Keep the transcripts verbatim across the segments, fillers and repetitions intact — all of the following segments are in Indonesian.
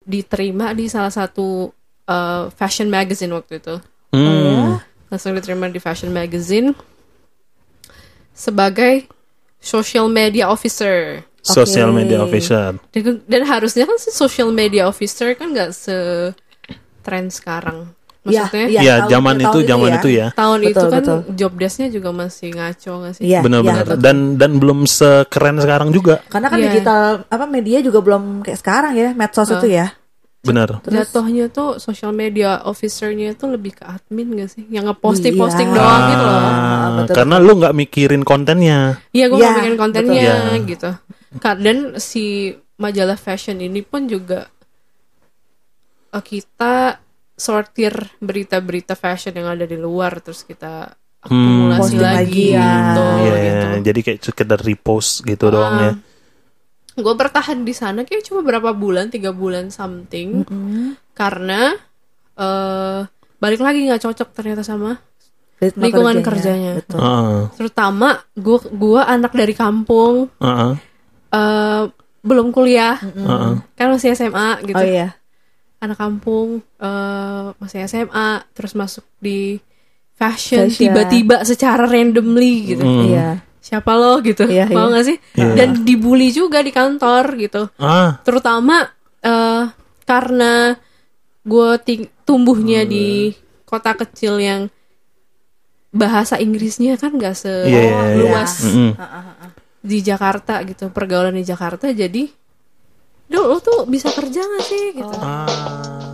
diterima di salah satu uh, fashion magazine waktu itu. Hmm. Oh, ya? Langsung diterima di fashion magazine sebagai social media officer. Social okay. media officer. Dan, dan harusnya kan si social media officer kan nggak se tren sekarang. Maksudnya? Iya, ya, zaman itu, itu zaman itu ya. Tahun betul, itu kan betul. job desk-nya juga masih ngaco nggak sih? Ya, benar-benar. Ya, dan dan belum sekeren sekarang juga. Karena kan yeah. digital apa media juga belum kayak sekarang ya, medsos uh. itu ya. Benar. Jatuhnya tuh social media officer-nya tuh lebih ke admin gak sih? Yang ngeposting-posting iya. doang gitu loh. Ah, betul, karena betul. Lu gak mikirin kontennya. Iya, gue ya, gak mikirin kontennya betul. gitu. Dan si majalah fashion ini pun juga uh, kita sortir berita-berita fashion yang ada di luar, terus kita akumulasi hmm, lagi ya. gitu, yeah, gitu. Jadi kayak sekedar repost gitu uh, doang ya. Gue bertahan di sana kayak cuma berapa bulan, tiga bulan something, mm-hmm. karena uh, balik lagi nggak cocok ternyata sama ritme lingkungan kerjanya. kerjanya. Uh. Terutama gue gue anak dari kampung, uh-uh. uh, belum kuliah, mm-hmm. uh-uh. kan masih S M A gitu. Oh iya. Anak kampung uh, masih S M A, terus masuk di fashion, fashion. tiba-tiba secara randomly gitu. Mm. Iya. Siapa lo gitu, iya, mau iya. gak sih? Iya. Dan dibully juga di kantor gitu. Ah. Terutama uh, karena gue ting- tumbuhnya hmm. di kota kecil yang bahasa Inggrisnya kan gak seluas yeah. mm-hmm. di Jakarta gitu, pergaulan di Jakarta. Jadi, duh lo tuh bisa kerja gak sih gitu. Ah.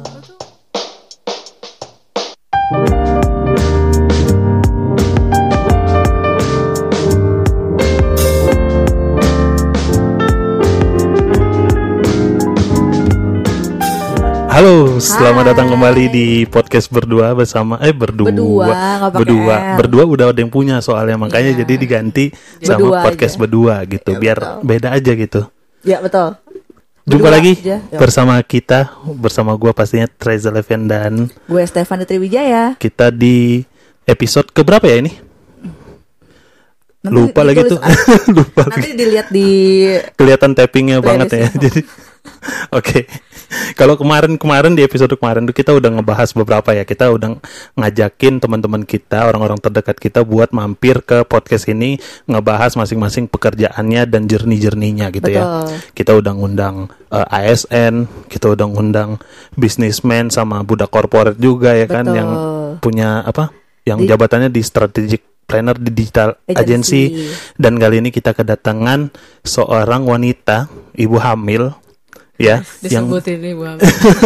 Halo, selamat Hai. datang kembali di podcast berdua bersama eh berdua berdua berdua, berdua udah ada yang punya soalnya makanya yeah. jadi diganti berdua sama podcast aja. Berdua gitu ya, biar betul. Beda aja gitu. Ya betul. Jumpa berdua lagi aja. Bersama kita, bersama gue pastinya Treza Leven dan gue Stefani Triwijaya. Kita di episode keberapa ya ini? Nanti lupa lagi tuh. Lupa nanti lagi. Dilihat di kelihatan tappingnya banget ya. Jadi oke. Okay. Kalau kemarin-kemarin di episode kemarin tuh kita udah ngebahas beberapa ya. Kita udah ngajakin teman-teman kita, orang-orang terdekat kita buat mampir ke podcast ini ngebahas masing-masing pekerjaannya dan jernih-jernihnya gitu. Betul. Ya. Kita udah ngundang uh, A S N, kita udah ngundang businessman sama budak korporat juga ya. Betul. Kan yang punya apa? Yang di, jabatannya di strategic planner di digital agency. Dan kali ini kita kedatangan seorang wanita, ibu hamil. Ya, disebutin yang ibu hamil.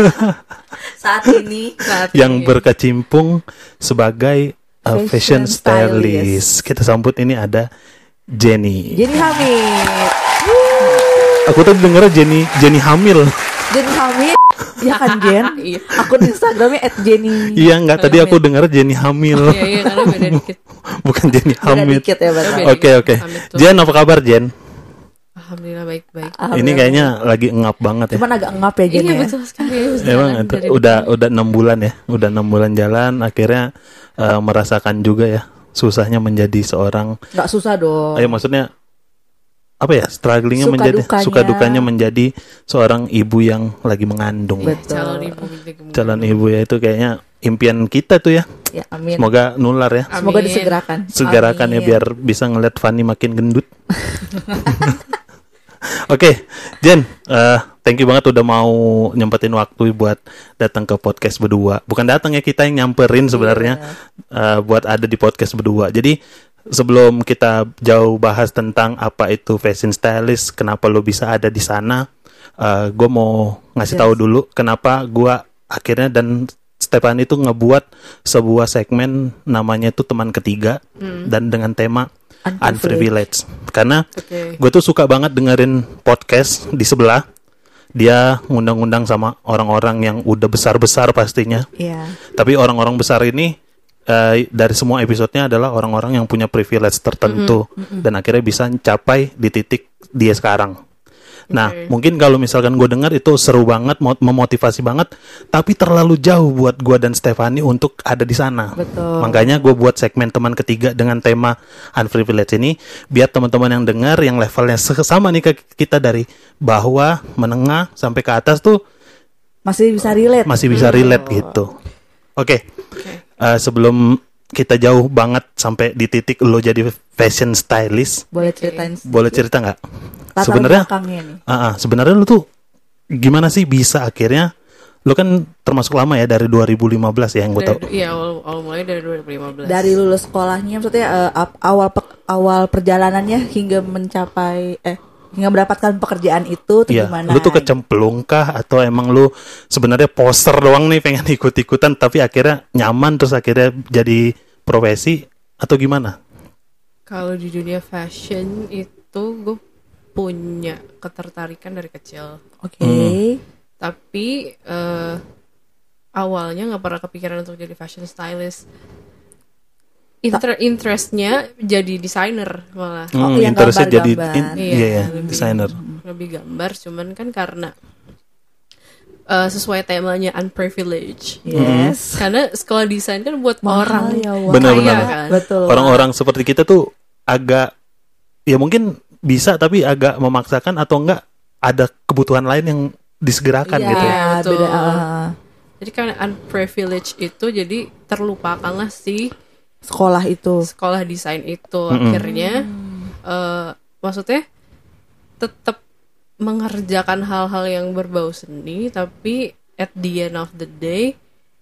saat ini saat yang ini. berkecimpung sebagai uh, fashion, fashion stylist. stylist. Kita sambut ini ada Jenny. Jenny hamil. Aku tadi dengarnya Jenny Jenny hamil. Jenny hamil. Ya kan Jen? Akun Instagramnya et jenny. Iya enggak, tadi aku dengar Jenny hamil. Iya iya karena beda dikit. Bukan Jenny hamil. Beda dikit ya betul. Oke oke. Jen, apa kabar Jen? Alhamdulillah baik-baik. Ini kayaknya lagi ngap banget ya. Cuman agak ngap ya Jen. Iya ya? betul sekali. Emang itu, udah udah enam bulan ya, udah enam bulan jalan, akhirnya uh, merasakan juga ya susahnya menjadi seorang. Nggak susah dong. Ayo maksudnya apa ya, strugglingnya suka menjadi dukanya. suka dukanya menjadi seorang ibu yang lagi mengandung. Betul. Calon ibu. Calon ibu ya itu kayaknya impian kita tuh ya. Ya amin. Semoga nular ya. Amin. Semoga disegerakan. Segerakan amin. Ya biar bisa ngeliat Fanny makin gendut. Oke, okay, Jen, uh, thank you banget udah mau nyempetin waktu buat datang ke podcast berdua. Bukan datang ya, kita yang nyamperin sebenarnya yeah. uh, buat ada di podcast berdua. Jadi sebelum kita jauh bahas tentang apa itu fashion stylist, kenapa lo bisa ada di sana, uh, gue mau ngasih yes. tahu dulu kenapa gue akhirnya dan Stefan itu ngebuat sebuah segmen namanya itu teman ketiga hmm. dan dengan tema Unprivileged. Karena okay. gue tuh suka banget dengerin podcast di sebelah. Dia ngundang-undang sama orang-orang yang udah besar-besar pastinya. Yeah. Tapi orang-orang besar ini uh, dari semua episodenya adalah orang-orang yang punya privilege tertentu. Mm-hmm. Mm-hmm. Dan akhirnya bisa mencapai di titik dia sekarang. Nah, okay. mungkin kalau misalkan gue dengar itu seru banget, memotivasi banget, tapi terlalu jauh buat gue dan Stefani untuk ada di sana. Betul. Makanya gue buat segmen teman ketiga dengan tema Unprivileged ini, biar teman-teman yang dengar, yang levelnya sama nih ke kita dari bawah, menengah, sampai ke atas tuh Masih bisa relate. masih bisa relate gitu. Oke. Oke. Eh, sebelum kita jauh banget sampai di titik lo jadi fashion stylist, Boleh ceritain boleh cerita nggak? latar Sebenarnya, belakangnya nih. ah, ah, sebenarnya lo tuh gimana sih bisa akhirnya? Lo kan termasuk lama ya dari dua ribu lima belas ya yang gue Dari- tau. Iya, awal, awal mulai dari dua ribu lima belas. Dari lulus sekolahnya maksudnya eh, ap- awal pe- awal perjalanannya hingga mencapai eh hingga mendapatkan pekerjaan itu tuh Iya, gimana? lu tuh kecemplung kah atau emang lu sebenarnya poster doang nih pengen ikut-ikutan tapi akhirnya nyaman terus akhirnya jadi profesi atau gimana? Kalau di dunia fashion itu gue punya ketertarikan dari kecil. Oke. Tapi eh, awalnya nggak pernah kepikiran untuk jadi fashion stylist. Inter interestnya jadi desainer malah. Oh, Hmm, yang interestnya jadi gambar-gambar. in- Iya, iya ya, lebih- desainer. Lebih gambar, cuman kan karena eh, sesuai temanya unprivileged. Yes. Karena sekolah desain kan buat Mahal orang ya, Wak. Benar-benar. kaya kan. Betul. Orang-orang seperti kita tuh agak ya mungkin bisa tapi agak memaksakan atau enggak ada kebutuhan lain yang disegerakan Iya, gitu. Iya, betul. beda. ah. Jadi karena unprivileged itu jadi terlupakanlah si Sekolah itu. sekolah desain itu. Mm-mm. Akhirnya eh, maksudnya tetap mengerjakan hal-hal yang berbau seni, tapi at the end of the day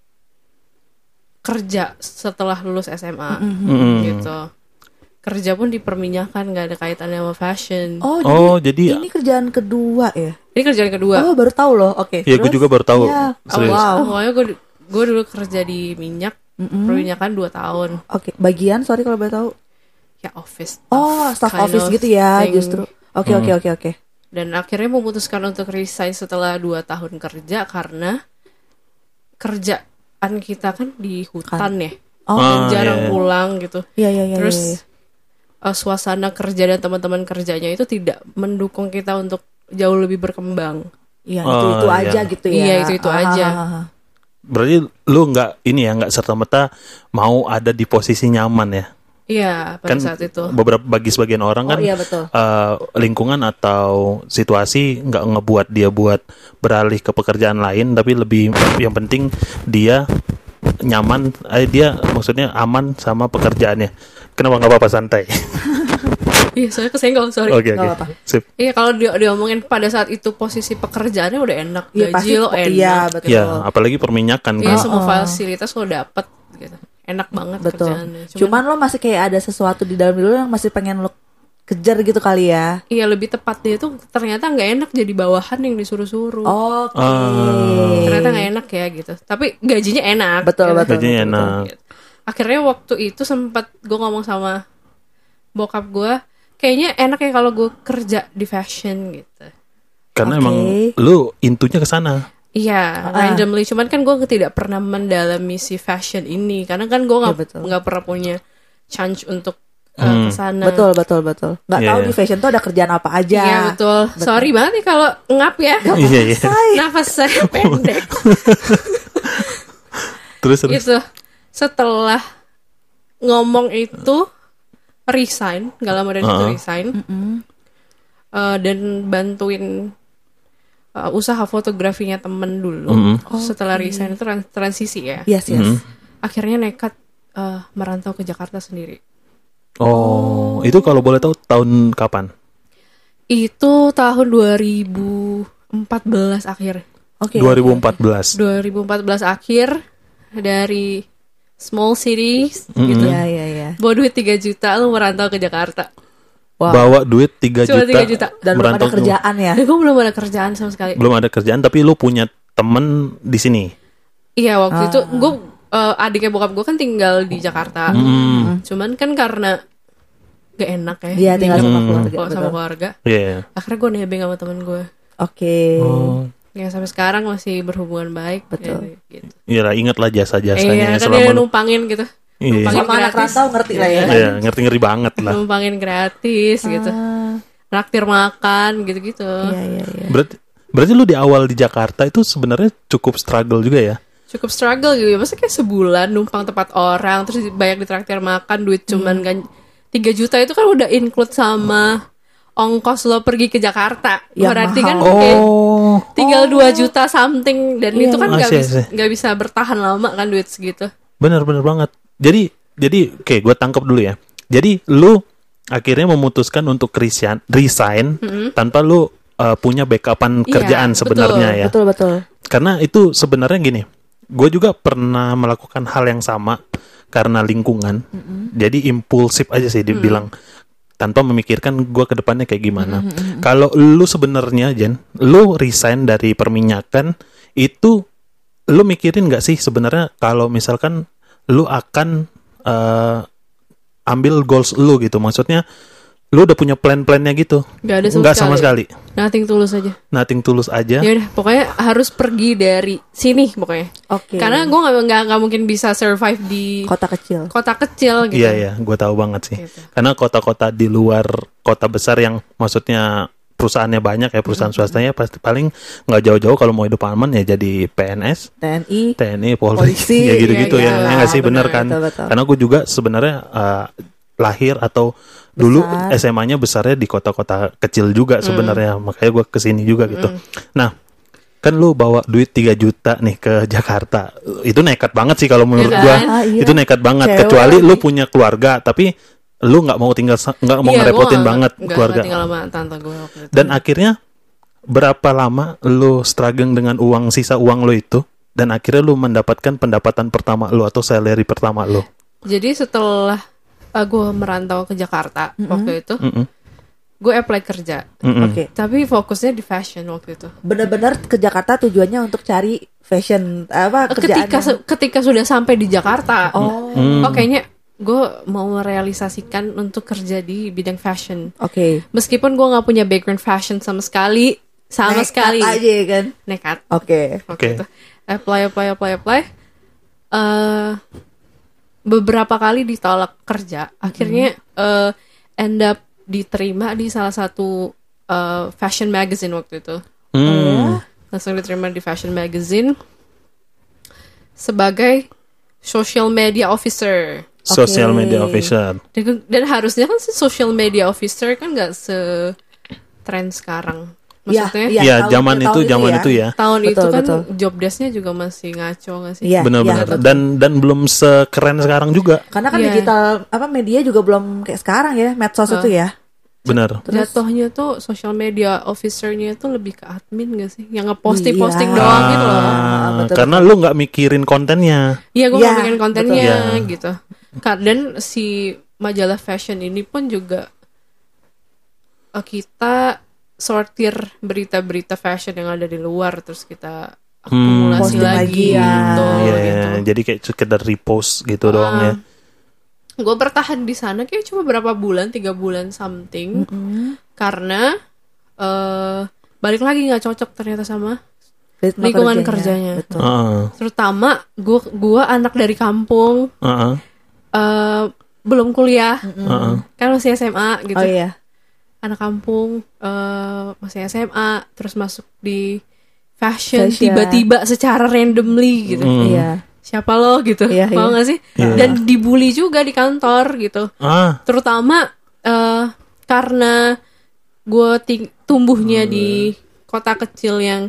kerja setelah lulus S M A Mm-mm. gitu. Kerja pun diperminyakan, nggak ada kaitannya sama fashion. Oh, Oh, jadi, jadi ini kerjaan kedua ya? Ini kerjaan kedua. Oh, baru tahu loh. Oke. ya gue Terus? juga baru tahu. Iya. Serius. Wow. Awalnya gue gue dulu kerja di minyak, perminyakan dua tahun. Oke, bagian sorry kalau boleh tahu. Ya office. Oh, staff kind office of gitu ya, thing. justru. Oke, oke, oke, oke. Dan akhirnya memutuskan untuk resign setelah dua tahun kerja karena kerjaan kita kan di hutan ya. Oh, Dan Ah, jarang iya, iya. pulang gitu. Iya, iya, iya. Terus iya, iya. eh, suasana kerja dan teman-teman kerjanya itu tidak mendukung kita untuk jauh lebih berkembang. Iya, Oh, itu itu iya. aja gitu ya. Iya, itu-itu Ah, aja. ah, ah, ah. Berarti lu nggak ini ya nggak serta merta mau ada di posisi nyaman ya? Iya, pada Kan saat itu. beberapa bagi sebagian orang Oh, kan iya, betul. eh, lingkungan atau situasi nggak ngebuat dia buat beralih ke pekerjaan lain, tapi lebih yang penting dia nyaman, eh, dia maksudnya aman sama pekerjaannya. Kenapa nggak apa-apa santai? Iya, soalnya kesenggol, sorry. Oke Nggak oke. apa-apa. Sip. Iya, kalau dia diomongin pada saat itu posisi pekerjaannya udah enak, Iya, gaji pasti. lo enak. Iya, betul. Ya apalagi perminyakan Iya, kan. semua fasilitas lo dapet gitu. Enak banget Betul. kerjaannya. Cuman, lo masih kayak ada sesuatu di dalam diri lo yang masih pengen lo kejar gitu kali ya. iya, lebih tepatnya itu ternyata nggak enak jadi bawahan yang disuruh-suruh. Oke. Ternyata nggak enak ya gitu. Tapi gajinya enak. Betul, gitu. betul. Gajinya betul, enak. Gitu. Akhirnya waktu itu sempat gue ngomong sama bokap gue, kayaknya enak ya kalau gue kerja di fashion gitu. Karena Oke. emang lu intunya ke sana. Iya, Ah. randomly. Cuman kan gue tidak pernah mendalami si fashion ini, karena kan gue nggak Iya, betul. nggak pernah punya chance untuk uh, Hmm. kesana. Betul, betul, betul. Nggak Iya, tahu iya. di fashion tuh ada kerjaan apa aja. Iya betul. Sorry banget nih kalau ngap ya. Iya iya. Nafas saya pendek. Terus terus. Gitu. Setelah ngomong itu resign, nggak lama dari itu Uh-uh. resign, Uh, dan bantuin uh, usaha fotografinya temen dulu. Mm-mm. Setelah resign itu tran- transisi ya. Yes, yes. Mhm. Akhirnya nekat uh, merantau ke Jakarta sendiri. Oh, itu kalau boleh tahu tahun kapan? Itu tahun dua ribu empat belas akhir. Oke. dua ribu empat belas. dua ribu empat belas akhir dari small cities Mm-mm. gitu. Iya, iya, iya. Bawa duit tiga juta lu merantau ke Jakarta. Wow. Bawa duit tiga Cuma juta. tiga juta. Dan belum ada merantau ke- kerjaan ya. Dan gue belum ada kerjaan sama sekali. Belum ada kerjaan tapi lu punya temen di sini. Iya waktu Ah. itu gue uh, adiknya bokap gue kan tinggal di Jakarta. Hmm. Cuman kan karena gak enak ya. Iya, tinggal sama Hmm. keluarga. kalau sama Betul. keluarga. Iya. Akhirnya gue nebeng sama temen gue. Oke. Oh. Yang sampai sekarang masih berhubungan baik. Betul. Ya, gitu. Iyalah ingatlah jasa-jasanya Iya kan selama dia lu. numpangin gitu. Iya. Numpangin Sama anak gratis. rantau ngerti lah ya. Iya, ngerti-ngeri banget lah. Numpangin gratis gitu. Ah, Traktir makan gitu-gitu. iya, iya, iya. Berarti berarti lu di awal di Jakarta itu sebenarnya cukup struggle juga ya? Cukup struggle gitu ya. Masa kayak sebulan numpang tempat orang, terus banyak ditraktir makan, duit cuman kan tiga juta itu kan udah include sama ongkos lo pergi ke Jakarta. Ya, Berarti mahal. kan kayak Oh, tinggal dua juta something dan Iya. itu kan I nggak see, I bisa see. nggak bisa bertahan lama kan duit segitu. bener-bener banget. Jadi, jadi, oke, gue tangkap dulu ya. Jadi, lu akhirnya memutuskan untuk resign, resign tanpa lu uh, punya backupan Iya, kerjaan sebenarnya ya. Betul betul. Karena itu sebenarnya gini, gue juga pernah melakukan hal yang sama karena lingkungan. Jadi impulsif aja sih dibilang tanpa memikirkan gue ke depannya kayak gimana. Kalau lu sebenarnya Jen, lu resign dari perminyakan itu, lu mikirin nggak sih sebenarnya kalau misalkan lu akan uh, ambil goals lu gitu, maksudnya lu udah punya plan-plannya gitu? Nggak ada sama Nggak sama sekali. Nothing tulus aja. Nothing tulus aja. Ya udah, pokoknya harus pergi dari sini pokoknya. Oke. Karena gue nggak nggak nggak mungkin bisa survive di Kota kecil. kota kecil gitu. Iya iya, gue tahu banget sih. Gitu. Karena kota-kota di luar kota besar yang maksudnya perusahaannya banyak ya, perusahaan swastanya pasti paling nggak jauh-jauh kalau mau hidup aman ya jadi P N S, T N I. T N I, Polri, Polisi, ya gitu-gitu iya, ya. iya. Ya nggak sih, bener Benar, kan? betul, betul. Karena gue juga sebenarnya uh, lahir atau dulu Besar. S M A-nya besarnya di kota-kota kecil juga sebenarnya, makanya gue kesini juga gitu. Nah, kan lu bawa duit tiga juta nih ke Jakarta. Itu nekat banget sih kalau menurut Iya gua. kan? Ah, iya. Itu nekat banget. Cewek Kecuali lu lagi. punya keluarga, tapi lu nggak mau tinggal sa- nggak mau Iya, gua ngerepotin nggak- banget nggak- keluarga. nggak tinggal sama tante gue waktu itu. Dan akhirnya berapa lama lu struggling dengan uang sisa uang lu itu, dan akhirnya lu mendapatkan pendapatan pertama lu atau salary pertama lu. Jadi setelah uh, gue merantau ke Jakarta waktu itu, Mm-mm. gue apply kerja. Mm-mm. Oke. Tapi fokusnya di fashion waktu itu. Benar-benar ke Jakarta tujuannya untuk cari fashion apa kerjaan. Ketika se- ketika sudah sampai di Jakarta, Oh. Hmm. oh kayaknya gue mau merealisasikan untuk kerja di bidang fashion. Oke. Meskipun gue nggak punya background fashion sama sekali, sama Nekat sekali aja ya kan. nekat. Oke. Waktu Oke. itu apply apply apply apply. Eh, beberapa kali ditolak kerja. Akhirnya eh, end up diterima di salah satu eh, fashion magazine waktu itu. Hmm. Langsung diterima di fashion magazine sebagai social media officer. Social Oke. media officer. Dan, dan harusnya kan si social media officer kan nggak se tren sekarang. Maksudnya Iya, Iya, tahun- zaman tahun itu itu zaman ya. itu ya. tahun Betul, itu kan betul. job desk-nya juga masih ngaco nggak sih? Iya, Benar-benar. iya, betul. dan dan belum sekeren sekarang juga. Karena kan Iya. digital apa media juga belum kayak sekarang ya, medsos Uh. itu ya. Benar. Terus- Jatuhnya tuh social media officer-nya tuh lebih ke admin gak sih? Yang ngeposting-posting Iya. doang gitu loh. Ah, betul, karena lu nggak mikirin kontennya. Iya, gue Iya, mau bikin kontennya betul. gitu. Ka- Dan si majalah fashion ini pun juga eh, kita sortir berita-berita fashion yang ada di luar, terus kita akumulasi Posting lagi, lagi, ya. gitu. Iya, gitu. jadi kayak sekedar repost gitu doang ya. Gue bertahan di sana kayak cuma berapa bulan, tiga bulan something, karena eh balik lagi nggak cocok ternyata sama Ritme lingkungan kerjanya. Betul. Heeh. terutama gue gua anak dari kampung, Heeh. eh belum kuliah, Heeh. kan masih S M A gitu, Oh iya. anak kampung eh masih S M A, terus masuk di fashion, Fashion. tiba-tiba secara randomly gitu. Hmm. Iya. Siapa lo gitu, Iya, mau iya. nggak sih? Iya. Dan dibully juga di kantor gitu. Ah, Terutama eh karena gue ting- tumbuhnya di kota kecil yang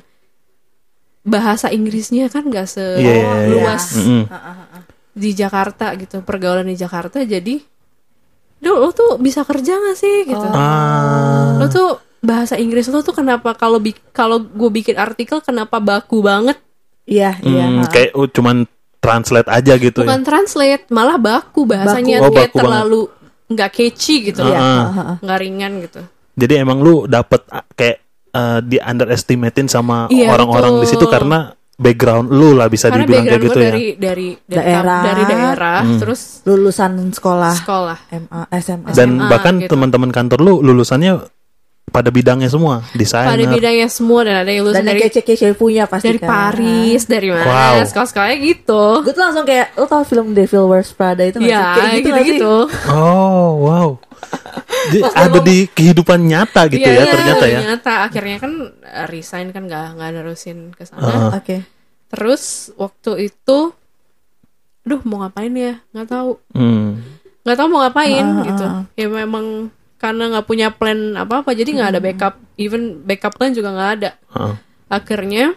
bahasa Inggrisnya kan gak Iya, iya, iya. seluas Mm-mm. di Jakarta gitu, pergaulan di Jakarta. Jadi Duh, lo tuh bisa kerja gak sih gitu, Ah. lo tuh bahasa Inggris lo tuh kenapa kalau bi- kalau gue bikin artikel kenapa baku banget, Iya, iya. Hmm, ha. kayak uh, cuman translate aja gitu bukan ya. translate, malah baku bahasanya. Baku. Oh, kayak baku terlalu nggak catchy gitu, Iya, Ah. ha, ha, ha. nggak ringan gitu. Jadi emang lu dapet uh, kayak uh, di underestimatein sama Iya, orang-orang di situ betul. karena background lu lah bisa Karena dibilang kayak background gitu gue ya. dari dari dari Daerah. dari daerah, Hmm. terus Lulusan sekolah sekolah. M A, S M A. Dan S M A bahkan gitu. teman-teman kantor lu lulusannya pada bidangnya semua, desainer. Pada bidangnya semua, dan ada yang lulus Dan yang dari kece-kece punya pasti dari kan. Paris, dari mana, Wow. sekolah-sekolahnya gitu. Gue tuh langsung kayak, lo tau film Devil Wears Prada itu nggak sih? Iya, Kayak gitu nggak sih? gitu-gitu. Oh, wow. Jadi ada di kehidupan nyata gitu Iya, ya iya, ternyata ya. Ternyata akhirnya kan uh, resign kan nggak nggak nerusin ke sana. Ah. Oke. Terus waktu itu, duh mau ngapain ya? Nggak tahu. Hmm. Nggak tahu mau ngapain Ah, ah, gitu. ah. Ya memang karena nggak punya plan apa-apa, jadi nggak ada backup, even backup plan juga nggak ada. Heeh. Akhirnya,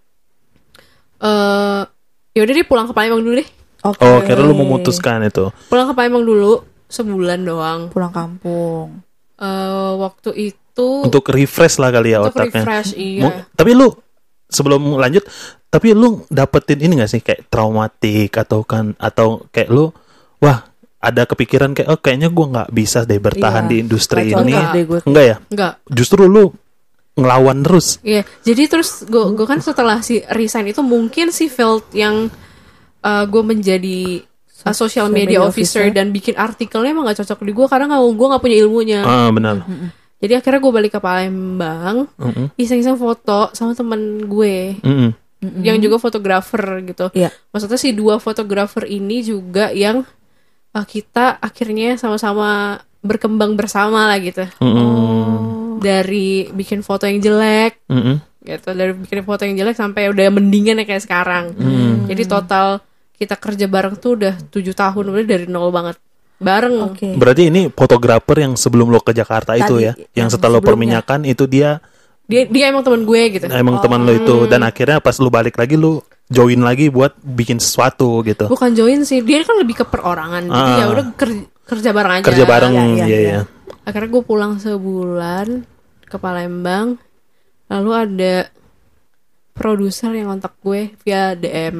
eh ya udah deh pulang ke Palembang dulu deh. Oke. Oh, kira lu memutuskan itu. Pulang ke Palembang dulu sebulan doang. Pulang kampung. Eh waktu itu Untuk refresh lah kali ya untuk otaknya. refresh, iya. Mu- Tapi lu sebelum lanjut, tapi lu dapetin ini gak sih kayak traumatik atau kan atau kayak lu wah ada kepikiran kayak oh kayaknya gue nggak bisa deh bertahan Iya, di industri nggak ini. cocok deh gue. Enggak ya? Enggak. Justru lu ngelawan terus. Iya, jadi terus gue gue kan setelah si resign itu mungkin si field yang uh, gue menjadi uh, social media, media officer, officer. dan bikin artikelnya emang gak cocok di gue karena nggak gue nggak punya ilmunya. Ah, benar. Jadi akhirnya gue balik ke Palembang, Mm-mm. iseng-iseng foto sama temen gue Mm-mm. yang juga fotografer gitu. Iya. Maksudnya si dua fotografer ini juga yang uh, kita akhirnya sama-sama berkembang bersama lah gitu. Mm-mm. Dari bikin foto yang jelek Mm-mm. gitu, dari bikin foto yang jelek sampai udah mendingan ya kayak sekarang. Jadi total kita kerja bareng tuh udah tujuh tahun, udah dari nol banget bareng. Oke. Berarti ini fotografer yang sebelum lo ke Jakarta itu Tadi, ya, yang yang setelah lo sebelumnya. perminyakan itu dia Dia dia emang teman gue gitu. emang teman lo itu, dan akhirnya pas lo balik lagi lo join lagi buat bikin sesuatu gitu. Bukan join sih, dia kan lebih ke perorangan. Jadi Ah. ya udah kerja, kerja bareng aja. Kerja bareng, Iya, iya iya, iya. iya. Akhirnya gue pulang sebulan ke Palembang. Lalu ada produser yang kontak gue via D M.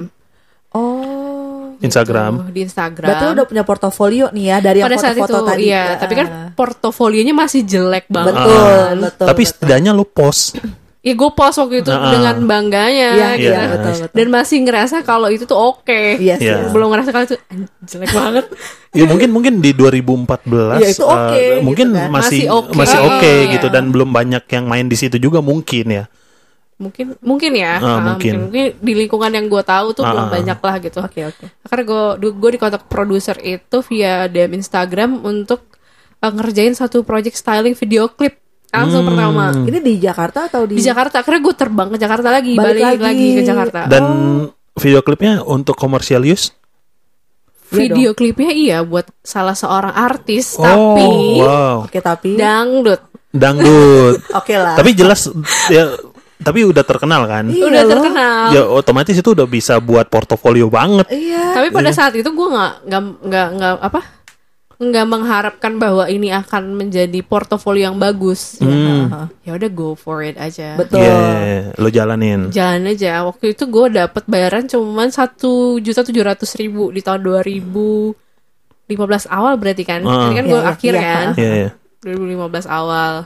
Oh. Instagram. Tuh, di Instagram. Berarti lu udah punya portofolio nih ya dari yang pada saat itu, foto-foto tadi. iya. Ya. Tapi kan portofolionya masih jelek banget. Betul, Ah. betul. Tapi betul. setidaknya lo post. Ya gue post waktu itu Ah. dengan bangganya Iya, gitu. iya, betul, betul. Dan masih ngerasa kalau itu tuh oke. Iya sih. Iya. Belum ngerasa kalau itu "Anj- jelek banget. Ya mungkin mungkin di dua ribu empat belas Iya, itu oke, eh, gitu mungkin kan. masih Masih oke. masih oke Ah, gitu, iya. dan belum banyak yang main di situ juga mungkin ya. Mungkin mungkin ya. Ah, Ah, mungkin. mungkin di lingkungan yang gue tahu tuh Ah, belum ah. banyak lah gitu. Oke, oke. Karena gue gue di kontak produser itu via D M Instagram untuk uh, ngerjain satu project styling video klip langsung Hmm. pertama Ini di Jakarta atau di di Jakarta. Akhirnya gue terbang ke Jakarta lagi, Balik balik, lagi. lagi. ke Jakarta. Dan video klipnya untuk komersial use. Iya Video klipnya iya buat salah seorang artis, Oh, tapi wow. Oke, tapi dangdut. Dangdut. oke lah. Tapi jelas ya, tapi udah terkenal kan? Iya Udah loh. terkenal. Ya otomatis itu udah bisa buat portofolio banget. Iya. Tapi pada saat itu gue nggak nggak nggak nggak apa nggak mengharapkan bahwa ini akan menjadi portofolio yang bagus. Hmm. Ya udah go for it aja. Betul. Iya, lo jalanin. Jalan aja. Waktu itu gue dapet bayaran cuman satu juta tujuh ratus ribu di tahun dua ribu lima belas awal berarti kan? Ah. Ini kan Iya, gue iya, akhir iya. kan? Iya, iya. dua ribu lima belas awal.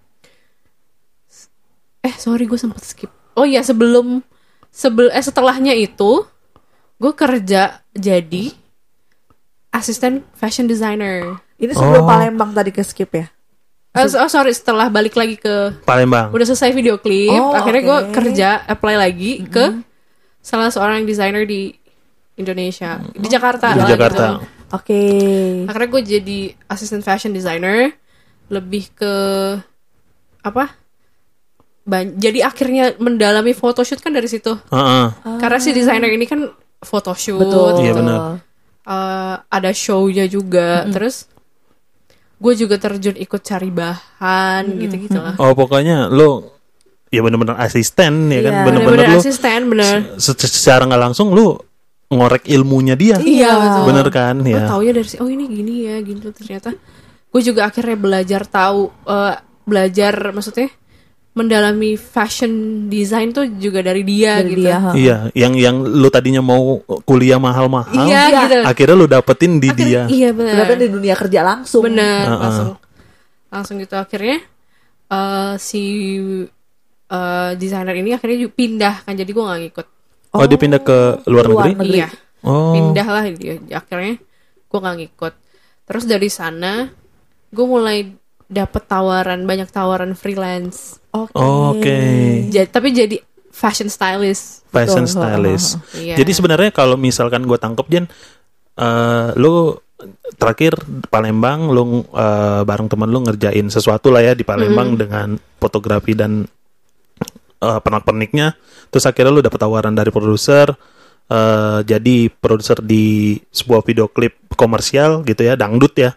Eh sorry gue sempet skip. Oh iya sebelum sebel eh setelahnya itu gue kerja jadi asisten fashion designer. Ini sebelum Oh. Palembang tadi ke skip ya? Eh, so- oh sorry setelah balik lagi ke Palembang. udah selesai video klip, Oh, akhirnya oke. gue kerja apply lagi ke salah seorang desainer di Indonesia di Jakarta. Di lah Jakarta. gitu. Oke. Akhirnya gue jadi assistant fashion designer, lebih ke apa? Ban- jadi akhirnya mendalami photoshoot kan dari situ. Heeh. Karena si desainer ini kan photoshoot, Betul. Iya, gitu. benar. Eh, ada show-nya juga. Terus gue juga terjun ikut cari bahan gitu-gitu lah. Oh, pokoknya lo ya bener-bener asisten ya kan, Iya. bener-bener Bener-bener lo asisten, bener. se- secara nggak langsung lo ngorek ilmunya dia. Iya, betul. Bener kan? Oh, Ya. taunya dari si- oh ini gini ya gitu, ternyata gue juga akhirnya belajar tahu eh, belajar maksudnya mendalami fashion design tuh juga dari dia Dari gitu. dia, ha. Iya, yang yang lo tadinya mau kuliah mahal-mahal, Iya, gitu. akhirnya lo dapetin di Akhirnya- dia. Iya benar. Ternyata di dunia kerja langsung. Benar, Uh-uh. langsung langsung gitu akhirnya eh, si eh, desainer ini akhirnya ju- pindah kan, jadi gue nggak ngikut. Oh, dia pindah ke luar, luar negeri? negeri. Iya, Oh. pindah lah dia. Akhirnya gue nggak ngikut. Terus dari sana gue mulai dapet tawaran, banyak tawaran freelance. Oke. Oke. Ja- tapi jadi fashion stylist. Fashion Betul. stylist. Iya. Jadi sebenarnya kalau misalkan gue tangkep Jen, eh lo terakhir Palembang, lo eh, bareng temen lo ngerjain sesuatu lah ya di Palembang dengan fotografi dan eh, pernak-perniknya. Terus akhirnya lo dapet tawaran dari produser, eh, jadi produser di sebuah video klip komersial gitu ya, dangdut ya.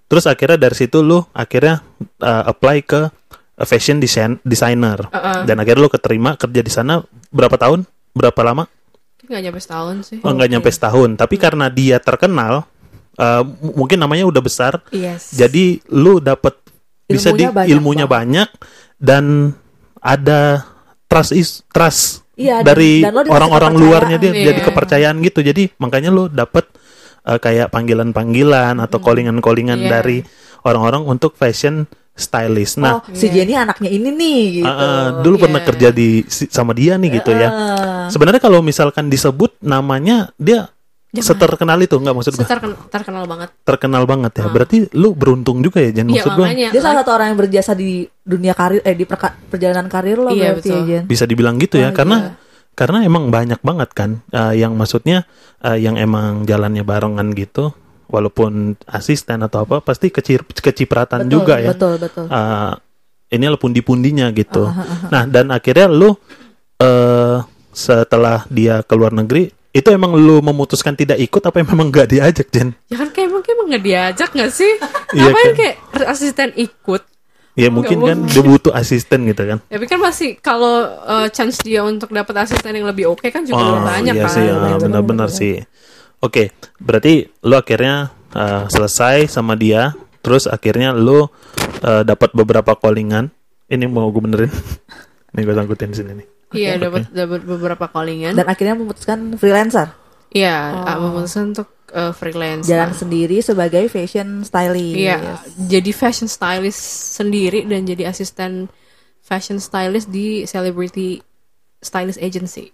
Terus akhirnya dari situ lu akhirnya uh, apply ke fashion design designer. Uh-uh. Dan akhirnya lu keterima kerja di sana berapa tahun? Berapa lama? Nggak nyampe setahun sih. Oh, nggak nyampe setahun. Tapi karena dia terkenal, uh, m- mungkin namanya udah besar. Yes. Jadi lu dapat bisa di Ilmunya banyak ilmunya banyak dan ada trust is trust Iya, dan- dari dan lo dikasih orang-orang kepercayaan. luarnya dia Iya. jadi kepercayaan gitu. Jadi makanya lu dapat uh, kayak panggilan-panggilan atau callingan-callingan Iya. dari orang-orang untuk fashion stylist. Nah, Oh, si Iya. Jenny anaknya ini nih gitu. uh, uh, dulu pernah Iya. kerja di si- sama dia nih gitu ya. Uh, Sebenarnya kalau misalkan disebut namanya dia Jangan. seterkenal itu nggak maksud gue Terken- terkenal banget. terkenal banget ya. Berarti lu beruntung juga ya Jen Iya maksud gue. makanya. dia salah satu orang yang berjasa di dunia karir eh di perka- perjalanan karir lo Iya, berarti ya, betul. Jen. Bisa dibilang gitu ya Oh, karena iya. karena emang banyak banget kan uh, yang maksudnya uh, yang emang jalannya barengan gitu walaupun asisten atau apa pasti kecir- kecipratan Betul, juga ya. Betul, betul. Uh, ini lah pundi-pundinya gitu. Nah, dan akhirnya lu uh, setelah dia ke luar negeri itu emang lu memutuskan tidak ikut apa memang gak diajak Jen? Ya kan kayak emang kayak emang nggak diajak nggak sih? Iya Ngapain kan? kayak asisten ikut? Ya mungkin kan dia butuh asisten gitu kan. Tapi kan masih kalau uh, chance dia untuk dapat asisten yang lebih oke kan juga lebih banyak iya kan. sih, ya, benar-benar sih. Oke, berarti lu akhirnya uh, selesai sama dia, terus akhirnya lu uh, dapat beberapa callingan. Ini mau gue benerin. Ini gue sangkutin sini nih. Iya, dapat dapat beberapa callingan. Dan akhirnya memutuskan freelancer. Iya, uh, memutuskan untuk uh, freelance. Jalan Nah, sendiri sebagai fashion stylist. Iya, jadi fashion stylist sendiri dan jadi asisten fashion stylist di celebrity stylist agency.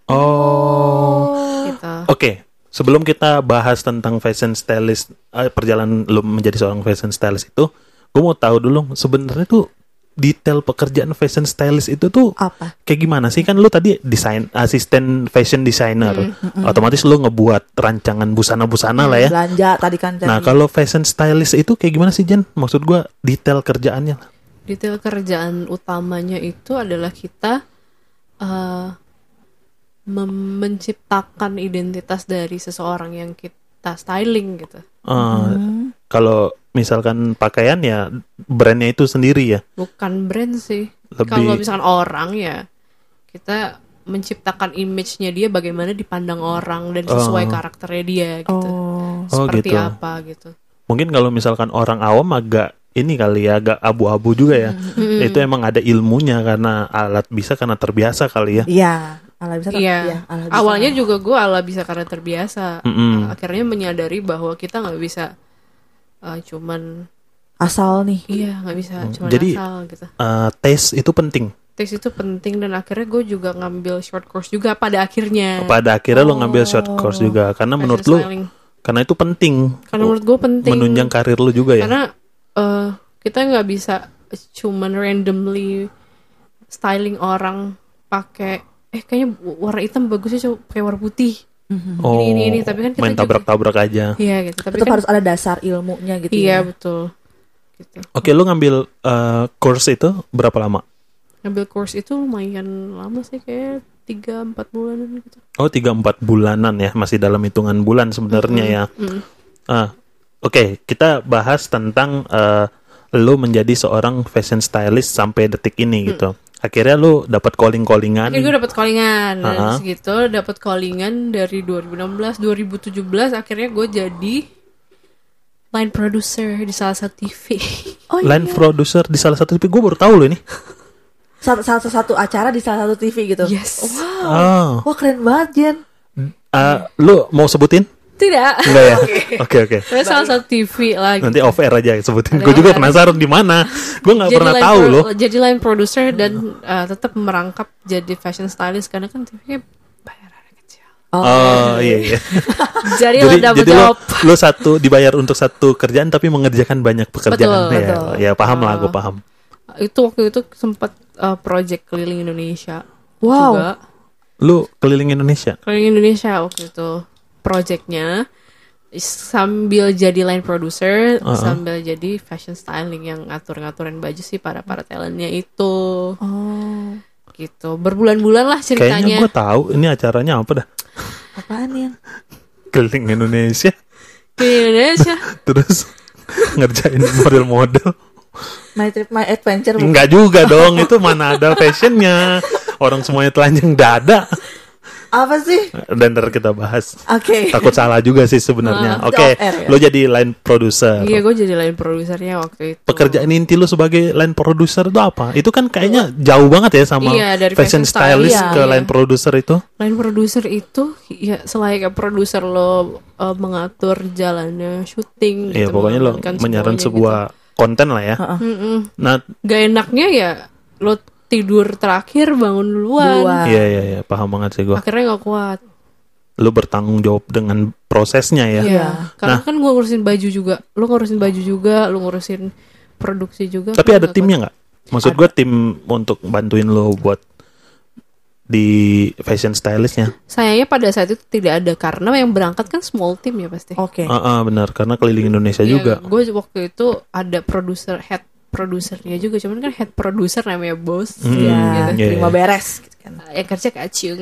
Oh. Gitu. Oke, sebelum kita bahas tentang fashion stylist, eh, perjalanan lu menjadi seorang fashion stylist itu, gue mau tahu dulu sebenarnya tuh detail pekerjaan fashion stylist itu tuh Apa? kayak gimana sih? Kan lu tadi desain asisten fashion designer, otomatis lu ngebuat rancangan busana-busana lah ya. Belanja tadi kan tadi. Nah, kalau fashion stylist itu kayak gimana sih, Jen? Maksud gua detail kerjaannya. Detail kerjaan utamanya itu adalah kita uh, mem- menciptakan identitas dari seseorang yang kita styling gitu. Uh, Kalau misalkan pakaian ya brandnya itu sendiri ya. Bukan brand sih. Lebih- Kalau misalkan orang ya kita menciptakan image-nya dia bagaimana dipandang orang dan sesuai Oh. karakternya dia gitu. Oh. Oh, Seperti gitu. apa gitu. Mungkin kalau misalkan orang awam agak ini kali ya, agak abu-abu juga ya. Itu emang ada ilmunya karena alat bisa karena terbiasa kali ya. Iya, ala bisa. Iya. iya, ala bisa. Awalnya juga gue ala bisa karena terbiasa. Mm-mm. Akhirnya menyadari bahwa kita nggak bisa uh, cuman asal nih. iya nggak bisa cuman Jadi- asal gitu. Uh, tes itu penting. Tes itu penting dan akhirnya gue juga ngambil short course juga pada akhirnya. Pada akhirnya lo ngambil short course juga karena Fashion menurut lo styling. karena itu penting. Karena menurut gue penting. Menunjang karir lo juga ya. Karena uh, kita nggak bisa cuman randomly styling orang pakai eh kayaknya warna hitam bagusnya coba pakai warna putih. Oh, ini, ini, ini. Tapi kan kita main juga- tabrak-tabrak aja. Iya gitu. Tapi Tetap kan harus ada dasar ilmunya gitu iya ya. betul. Gitu. Oke, lo ngambil uh, course itu berapa lama? Ngambil course itu lumayan lama sih kayak tiga empat bulanan gitu. Oh, tiga empat bulanan ya, masih dalam hitungan bulan sebenarnya ya. Mm. Ah, Oke, kita bahas tentang uh, lo menjadi seorang fashion stylist sampai detik ini gitu. Akhirnya lo dapat calling-callingan. Akhirnya gue dapet callingan dan Uh-huh. segitu dapat callingan dari dua ribu enam belas dua ribu tujuh belas akhirnya gue jadi line producer di salah satu T V. Oh, Line iya. producer di salah satu T V. Gue baru tahu lo ini. Satu, satu satu acara di salah satu T V gitu. Yes. Oh. Wah, keren banget, Jen. Uh, lo mau sebutin? Tidak. Enggak ya? Oke, oke. Tapi salah satu T V lagi. Nanti off air aja sebutin. Ada Gue juga off air. penasaran di mana. Gue nggak pernah line tahu pro- loh. Jadi line producer dan uh, tetap merangkap jadi fashion stylist karena kan T V-nya bayarannya kecil. Oh, iya iya. Jadi, jadi lo double jadi lo, job. lo satu dibayar untuk satu kerjaan tapi mengerjakan banyak pekerjaan. Betul, ya, betul. ya paham lah, gue paham. Itu waktu itu sempat uh, project keliling Indonesia. Wow. Juga. Lu keliling Indonesia. Keliling Indonesia waktu itu projectnya sambil jadi line producer, Uh-uh. sambil jadi fashion styling yang ngatur-ngaturin baju sih para para talentnya itu. Oh, Gitu. Berbulan-bulan lah Kayaknya ceritanya. gue tahu ini acaranya apa dah. apaan yang? Keliling Indonesia. Keliling Indonesia. Terus ngerjain model-model. My Trip My Adventure. bukan? Enggak juga dong, itu mana ada fashionnya. Orang semuanya telanjang dada. Apa sih? Dan ntar kita bahas. Oke. Takut salah juga sih sebenarnya. Ah, Oke, off air, ya? lo jadi line producer. Iya, gue jadi line produsernya waktu itu. Pekerjaan inti lo sebagai line producer itu apa? Itu kan kayaknya jauh banget ya sama Iya, dari fashion fashion style, stylist iya. ke Iya. line producer itu. Line producer itu ya selayaknya produser lo uh, mengatur jalannya syuting Iya, gitu, pokoknya lo mengamankan menyaran semuanya sebuah konten lah ya. Heeh. gitu. Mm-mm. Nah, Gak enaknya ya lo tidur terakhir bangun duluan. Duluan. iya iya iya, paham banget sih gue. Akhirnya gak kuat. Lo bertanggung jawab dengan prosesnya ya. Iya. Karena Nah. kan gue ngurusin baju juga, lo ngurusin baju juga, lo ngurusin produksi juga. Tapi kan ada gak timnya nggak? Maksud gue tim untuk bantuin lo buat di fashion stylistnya. kuat. Sayangnya pada saat itu tidak ada karena yang berangkat kan small team ya pasti. Oke. Ah, ah, benar, karena keliling Indonesia juga. Gue waktu itu ada produser head produsernya juga, cuman kan head producer namanya bos. Hmm, Ya, iya, terima iya. beres gitu kan. Yang kerja kacung.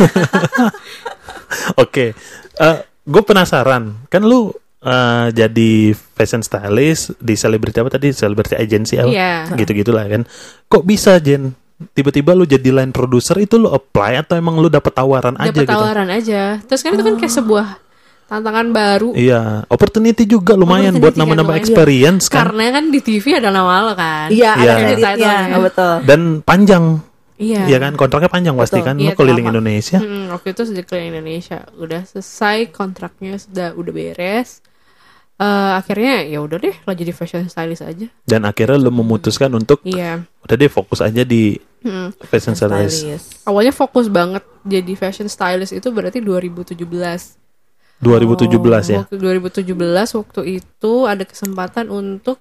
Oke, gue penasaran. Kan lu eh, jadi fashion stylist di selebriti apa tadi? Selebriti agency apa? Iya. Gitu-gitulah kan. Kok bisa, Jen? Tiba-tiba lu jadi line producer, itu lu apply atau emang lu dapet tawaran aja Dapat gitu? tawaran aja. Terus kan itu kan kayak sebuah tantangan baru. Iya, opportunity juga lumayan buat Opportunity kan, nambah-nambah lumayan. experience kan. Karena kan di T V ada nama lo kan. Iya, Iya. ada kreditnya. Title-nya. Oh, betul. Dan panjang. Iya. Iya kan, kontraknya panjang pasti Betul. kan. Lu Iya, keliling lama. Indonesia. Hmm, waktu itu sudah keliling Indonesia, udah selesai kontraknya, sudah udah beres. Eh, akhirnya ya udah deh, lah jadi fashion stylist aja. Dan akhirnya lu memutuskan untuk Iya. udah deh fokus aja di Hmm. fashion stylist. Stylist. Awalnya fokus banget jadi fashion stylist itu berarti dua ribu tujuh belas. dua ribu tujuh belas ya. Waktu dua ribu tujuh belas waktu itu ada kesempatan untuk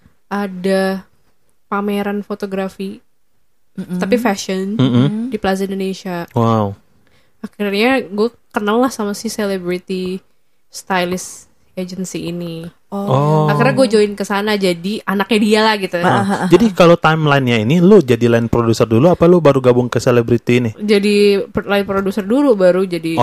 ada pameran fotografi tapi fashion Mm-mm. di Plaza Indonesia. Wow. Akhirnya gue kenal lah sama si celebrity stylist agency ini. Oh. Akhirnya gue join ke sana jadi anaknya dia lah gitu. Nah, jadi kalau timelinenya ini lu jadi line producer dulu apa lu baru gabung ke selebriti ini? Jadi per- line producer dulu baru jadi.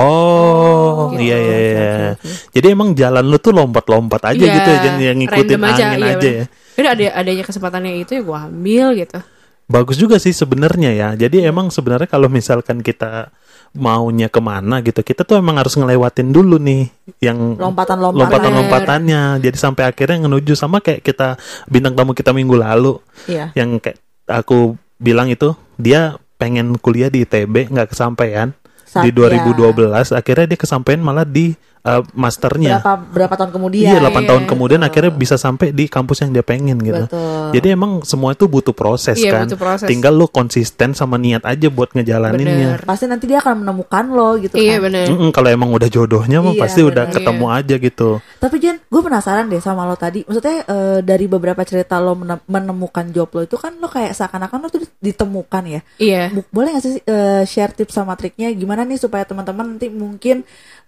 Oh, gitu. iya iya iya. Jadi emang jalan lu tuh lompat-lompat aja Iya, gitu ya, jangan yang ngikutin random angin aja, iya, ya. bener. Udah ada adanya kesempatannya itu ya gue ambil gitu. Bagus juga sih sebenarnya ya. Jadi emang sebenarnya kalau misalkan kita maunya kemana gitu, kita tuh emang harus ngelewatin dulu nih yang Lompatan-lompatan. lompatan-lompatannya. Jadi sampai akhirnya menuju sama kayak kita bintang tamu kita minggu lalu Iya. yang kayak aku bilang itu dia pengen kuliah di I T B nggak kesampaian. Saat Di dua ribu dua ya. belas akhirnya dia kesampaian malah di uh, masternya. Berapa berapa tahun kemudian? Iya, delapan Iya. tahun kemudian akhirnya bisa sampai di kampus yang dia pengen gitu. Betul. Jadi emang semua itu butuh proses Iya, kan. butuh proses. Tinggal lu konsisten sama niat aja buat ngejalaninnya. Bener. Pasti nanti dia akan menemukan lo gitu Iya kan. benar. Mm-mm, kalau emang udah jodohnya mah Iya, pasti udah bener. ketemu aja gitu. Tapi Jen, gue penasaran deh sama lo tadi. Maksudnya eh, dari beberapa cerita lo mene- menemukan job lo itu kan lo kayak seakan-akan lo tuh ditemukan ya. Iya. Bu- Boleh gak sih eh, share tips sama triknya gimana nih supaya teman-teman nanti mungkin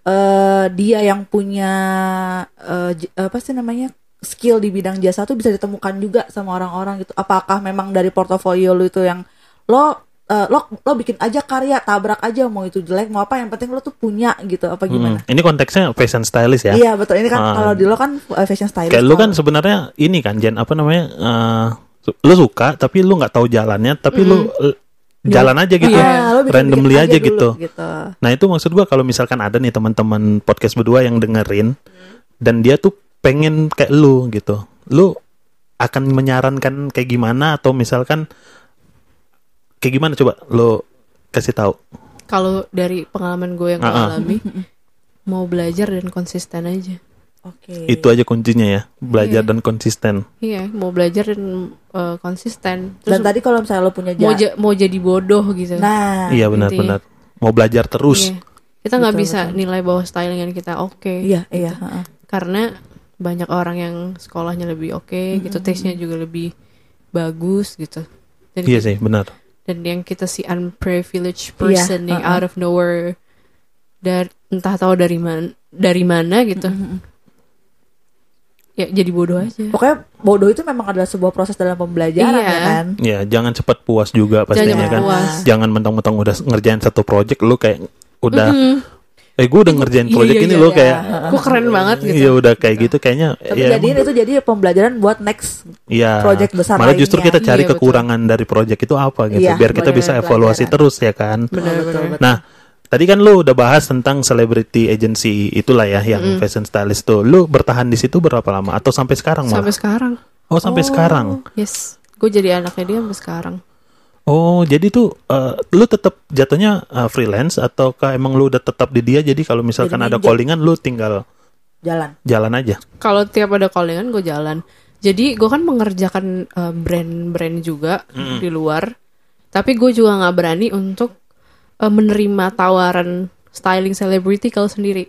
eh, dia yang punya eh, j- apa sih namanya skill di bidang jasa tuh bisa ditemukan juga sama orang-orang gitu. Apakah memang dari portofolio lo itu yang lo eh, lo lo bikin aja karya, tabrak aja, mau itu jelek mau apa, yang penting lo tuh punya gitu, apa gimana? Mm, ini konteksnya fashion stylist ya. Iya betul, ini kan Ah. kalau di lo kan uh, fashion stylist. Kayak lu kan kalau- sebenarnya ini kan Jen apa namanya? eh, lu suka tapi lu nggak tahu jalannya, tapi lu eh, jalan aja gitu. Iya, lo bikin- Randomly bikin aja, dulu, gitu. gitu. Nah itu maksud gua kalau misalkan ada nih teman-teman podcast berdua yang dengerin dan dia tuh pengen kayak lu gitu, lu akan menyarankan kayak gimana atau misalkan kayak gimana coba lu kasih tahu? Kalau dari pengalaman gue yang gue Ah, ah. alami, mau belajar dan konsisten aja. Oke. Itu aja kuncinya ya, belajar Iya. dan konsisten. Iya, mau belajar dan uh, konsisten. Dan Terus tadi kalau misalnya lo punya mau ja- ja- mau jadi bodoh gitu. nah, Iya intinya. benar-benar. Mau belajar terus. Iya. Kita nggak Betul, bisa betul. nilai bahwa stylingan kita oke. iya iya. heeh. Karena banyak orang yang sekolahnya lebih oke, gitu, taste-nya juga lebih bagus gitu. Dan Iya sih, benar. dan yang kita si unprivileged person Iya, yang uh-uh. out of nowhere, dari entah tahu dari mana dari mana gitu, ya jadi bodoh aja. Pokoknya bodoh itu memang adalah sebuah proses dalam pembelajaran Iya. ya kan. Ya, jangan cepat puas juga pastinya Jangan kan. puas. Jangan mentang-mentang udah ngerjain satu project lu kayak udah Mhm. eh gue udah ngerjain Iya, project iya, ini iya, loh iya. kayak Gue keren banget gitu. iya udah kayak gitu kayaknya Tapi ya jadiin emang- itu jadi pembelajaran buat next Iya. project besar Malah justru lainnya. kita cari Iya, betul. kekurangan dari project itu apa gitu, Iya, biar kita bisa pelajaran- evaluasi pelajaran. terus ya kan. Oh, betul, Benar-benar. betul. Nah, tadi kan lu udah bahas tentang celebrity agency itulah ya, yang fashion stylist tuh. Lu bertahan di situ berapa lama atau sampai sekarang malah? Sampai sekarang. Oh, sampai sekarang. Yes. Gue jadi anaknya dia sampai sekarang. Oh, jadi tuh eh, lu tetap jatuhnya eh, freelance ataukah emang lu udah tetap di dia, jadi kalau misalkan Jadi ada ninja. callingan lu tinggal Jalan. jalan aja. Kalau tiap ada callingan gue jalan. Jadi gue kan mengerjakan uh, brand-brand juga di luar. Tapi gue juga nggak berani untuk uh, menerima tawaran styling celebrity kalau sendiri.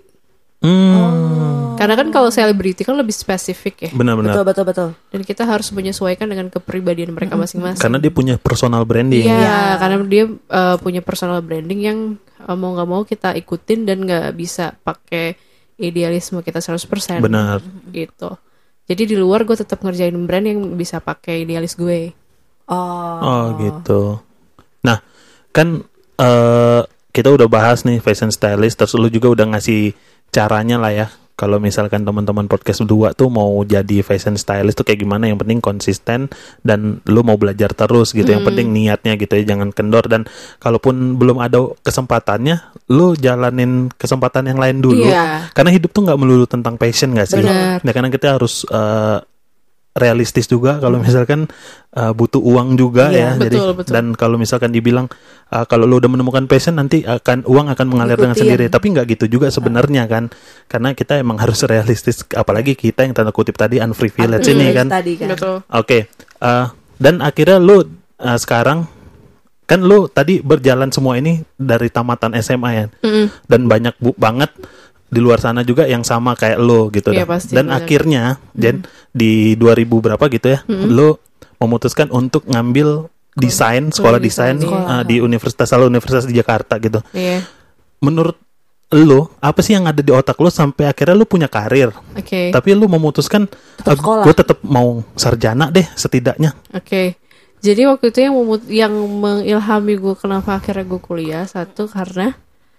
Hmm. Karena kan kalau selebriti kan lebih spesifik ya. Benar-benar. Betul betul betul. Dan kita harus menyesuaikan dengan kepribadian mereka masing-masing. Karena dia punya personal branding. Iya, karena dia uh, punya personal branding yang uh, mau nggak mau kita ikutin dan nggak bisa pakai idealisme kita seratus persen. Benar. Gitu. Jadi di luar gue tetap ngerjain brand yang bisa pakai idealis gue. Oh. Oh gitu. Nah, kan eh kita udah bahas nih fashion stylist, terus lu juga udah ngasih caranya lah ya. Kalau misalkan teman-teman podcast berdua tuh mau jadi fashion stylist tuh kayak gimana, yang penting konsisten dan lu mau belajar terus gitu. Yang penting niatnya gitu ya, jangan kendor, dan kalaupun belum ada kesempatannya, lu jalanin kesempatan yang lain dulu. Iya. Karena hidup tuh nggak melulu tentang passion nggak sih? Benar. Nah, karena kita harus eh, realistis juga kalau misalkan uh, butuh uang juga Iya, ya. betul, Jadi betul. dan kalau misalkan dibilang uh, kalau lu udah menemukan passion, nanti akan uang akan mengalir dengan Ikutin. sendiri. Tapi nggak gitu juga sebenarnya kan. Karena kita emang harus realistis, apalagi kita yang tanda kutip tadi unprivileged ini kan. Tadi kan. Betul. Oke. uh, dan akhirnya lu uh, sekarang kan lu tadi berjalan semua ini dari tamatan S M A ya. Mm-mm. Dan banyak bu banget di luar sana juga yang sama kayak lo gitu Iya, dah. pasti, Dan benar. akhirnya Jen di dua ribu berapa gitu ya, lo memutuskan untuk ngambil desain, sekolah desain desain, uh, di universitas salah universitas di Jakarta gitu. Iya. Menurut lo apa sih yang ada di otak lo sampai akhirnya lo punya karir, Oke. tapi lo memutuskan Tetap sekolah. gue tetap mau sarjana deh setidaknya. Oke. Jadi waktu itu yang memut- yang mengilhami gue kenapa akhirnya gue kuliah, satu karena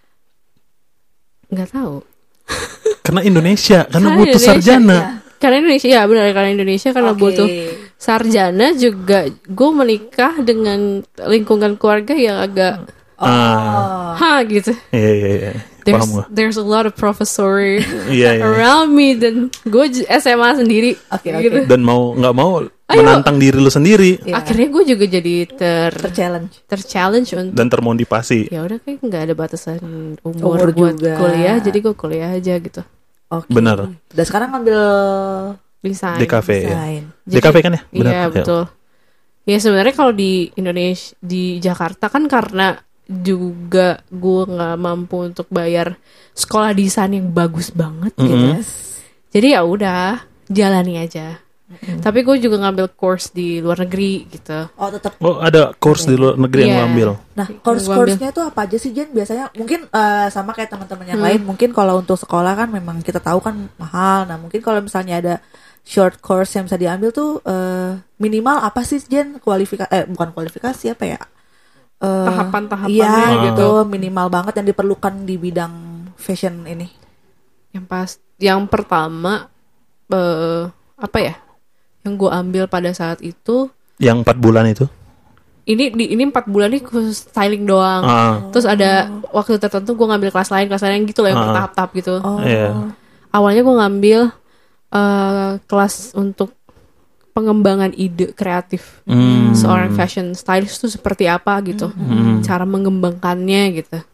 nggak tahu. Karena Indonesia, karena Karena butuh Indonesia, sarjana. Karena Indonesia ya benar, karena Indonesia karena Oke. butuh sarjana, juga gue menikah dengan lingkungan keluarga yang agak Ah, ha gitu. iya iya iya. There's Paham gue. there's a lot of professory Iya iya. around me, dan gue j- S M A sendiri. Oke, gitu. oke. Dan mau nggak mau Ayo. menantang diri lo sendiri Iya. Akhirnya gue juga jadi ter Terchallenge. terchallenge untuk dan termotivasi. ya udah kayak nggak ada batasan umur, Umur buat juga. kuliah, jadi gue kuliah aja gitu. Oke. Benar. Dan sekarang ngambil Desain. D K V ya. desain. D K V kan ya? Benar. Iya Ya. betul. Ya sebenarnya kalau di Indonesia, di Jakarta kan karena juga gue nggak mampu untuk bayar sekolah desain yang bagus banget gitu. Mm-mm. Jadi ya udah jalani aja. Tapi gue juga ngambil course di luar negeri gitu. Oh tetap. Oh, ada course di luar negeri yang Iya. lo ambil. Nah, Yang course-course-nya itu apa aja sih Jen? Biasanya mungkin eh, sama kayak teman-teman yang Hmm. lain. Mungkin kalau untuk sekolah kan memang kita tahu kan mahal. Nah, mungkin kalau misalnya ada short course yang bisa diambil tuh eh, minimal apa sih Jen? Kualifikasi eh bukan kualifikasi apa ya? Eh, Tahapan-tahapannya iya, gitu. gitu. Minimal banget yang diperlukan di bidang fashion ini. Yang pas, yang pertama eh, apa ya? Yang gue ambil pada saat itu, Yang empat bulan itu. ini di ini empat bulan ini khusus styling doang. Ah, Terus ada waktu tertentu gue ngambil kelas lain, kelas lain gitu loh yang Ah. bertahap-tahap gitu. Oh. iya. Awalnya gue ngambil eh, kelas untuk pengembangan ide kreatif Hmm. seorang fashion stylist itu seperti apa gitu, cara mengembangkannya gitu.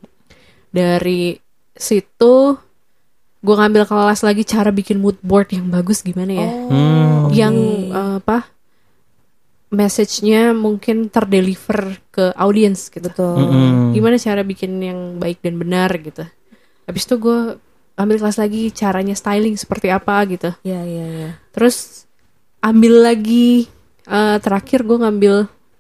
Dari situ gue ngambil kelas lagi cara bikin mood board yang bagus gimana ya, Hmm. yang eh, apa message-nya mungkin terdeliver ke audience gitu. Betul. Mm-mm. Gimana cara bikin yang baik dan benar gitu. Habis itu gue ambil kelas lagi caranya styling seperti apa gitu. Iya, iya, iya. Terus ambil lagi eh, terakhir gue ngambil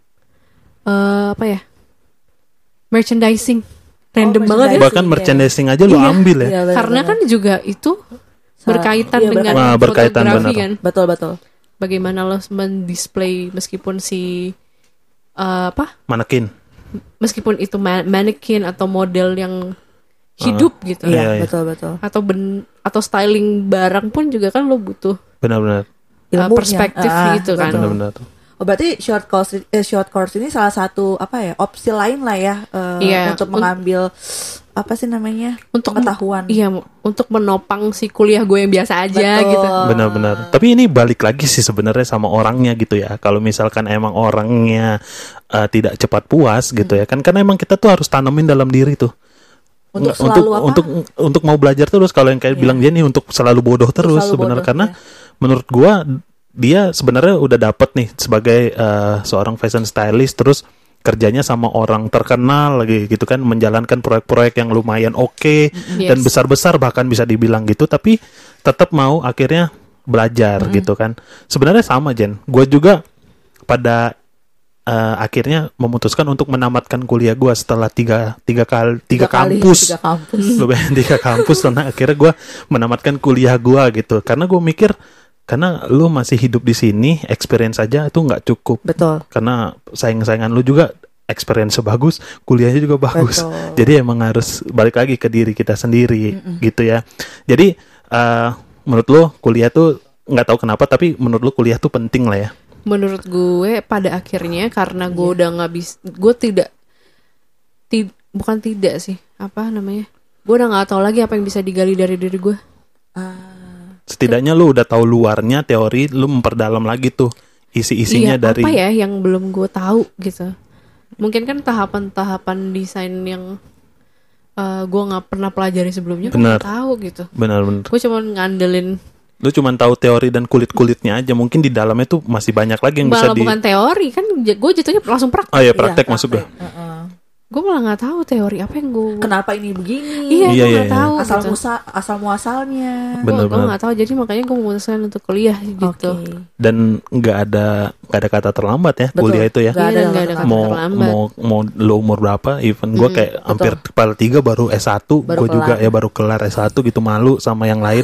eh, apa ya, merchandising. Random Oh, banget ya. merchandising. Bahkan merchandising aja lo Iya. ambil ya. Iya, benar, Karena benar. kan juga itu berkaitan iya, dengan Nah, berkaitan, fotografi benar. kan. Betul, betul. Bagaimana lo mendisplay meskipun si eh, apa? Manekin. Meskipun itu ma- mannequin atau model yang hidup gitu. Iya, Iya, iya. betul betul. Atau ben atau styling barang pun juga kan lo butuh Benar-benar. uh, Ilmunya. perspektif Ah, gitu kan. betul. Benar-benar. Oh, berarti short course eh, short course ini salah satu apa ya opsi lain lah ya eh, Iya, untuk un- mengambil apa sih namanya Untuk pengetahuan. Iya, untuk menopang si kuliah gue yang biasa aja Betul. gitu. Benar-benar. Tapi ini balik lagi sih sebenarnya sama orangnya gitu ya. Kalau misalkan emang orangnya uh, tidak cepat puas gitu ya kan, karena emang kita tuh harus tanamin dalam diri tuh. Untuk Nggak- selalu untuk, apa? untuk untuk mau belajar terus. Kalau yang kayak Iya. bilang dia nih untuk selalu bodoh terus selalu sebenarnya, bodoh, karena ya. menurut gua dia sebenarnya udah dapet nih sebagai uh, seorang fashion stylist, terus kerjanya sama orang terkenal lagi gitu kan, menjalankan proyek-proyek yang lumayan oke Yes. dan besar-besar bahkan bisa dibilang gitu, tapi tetap mau akhirnya belajar gitu kan. Sebenarnya sama Jen, gue juga pada uh, akhirnya memutuskan untuk menamatkan kuliah gue setelah tiga tiga kali tiga, kali, kampus, tiga kampus. Lu bayangin tiga kampus, karena akhirnya gue menamatkan kuliah gue gitu, karena gue mikir karena lu masih hidup di sini, experience aja itu nggak cukup. Betul. Karena saing-saingan lu juga experience bagus, kuliahnya juga bagus. Betul. Jadi emang harus balik lagi ke diri kita sendiri gitu ya. Jadi uh, menurut lu kuliah tuh nggak tahu kenapa, tapi menurut lu kuliah tuh penting lah ya. Menurut gue pada akhirnya karena gue udah nggak bisa, gue tidak, ti- bukan tidak sih, apa namanya? Gue udah nggak tahu lagi apa yang bisa digali dari diri gue. Ah, Setidaknya lu udah tahu luarnya teori, lu memperdalam lagi tuh isi-isinya Iya, dari apa ya yang belum gue tahu gitu. Mungkin kan tahapan-tahapan desain yang uh, gue nggak pernah pelajari sebelumnya, gue Benar. nggak tahu gitu. benar-benar. Gue cuma ngandelin, Lu cuma tahu teori dan kulit-kulitnya aja, mungkin di dalamnya tuh masih banyak lagi yang bisa malah di bukan teori kan, gue jatuhnya langsung praktek. Oh iya, praktek masuk gue. Heeh. Gue malah nggak tahu teori apa yang gue. Kenapa ini begini? Iya, Iya, gue iya, nggak iya. tahu. Asal gitu. musa asal muasalnya. Gue Bener-bener. nggak tahu, jadi makanya gue memutuskan untuk kuliah gitu. Oke. Dan nggak ada nggak ada kata terlambat ya Betul. kuliah itu ya. Nggak Iya, ada dan kata nggak ada kata mau terlambat. mau mau lo umur berapa, even gue kayak hampir kepala tiga baru S satu, Baru gue juga kelar. ya baru kelar S satu gitu, malu sama yang lain.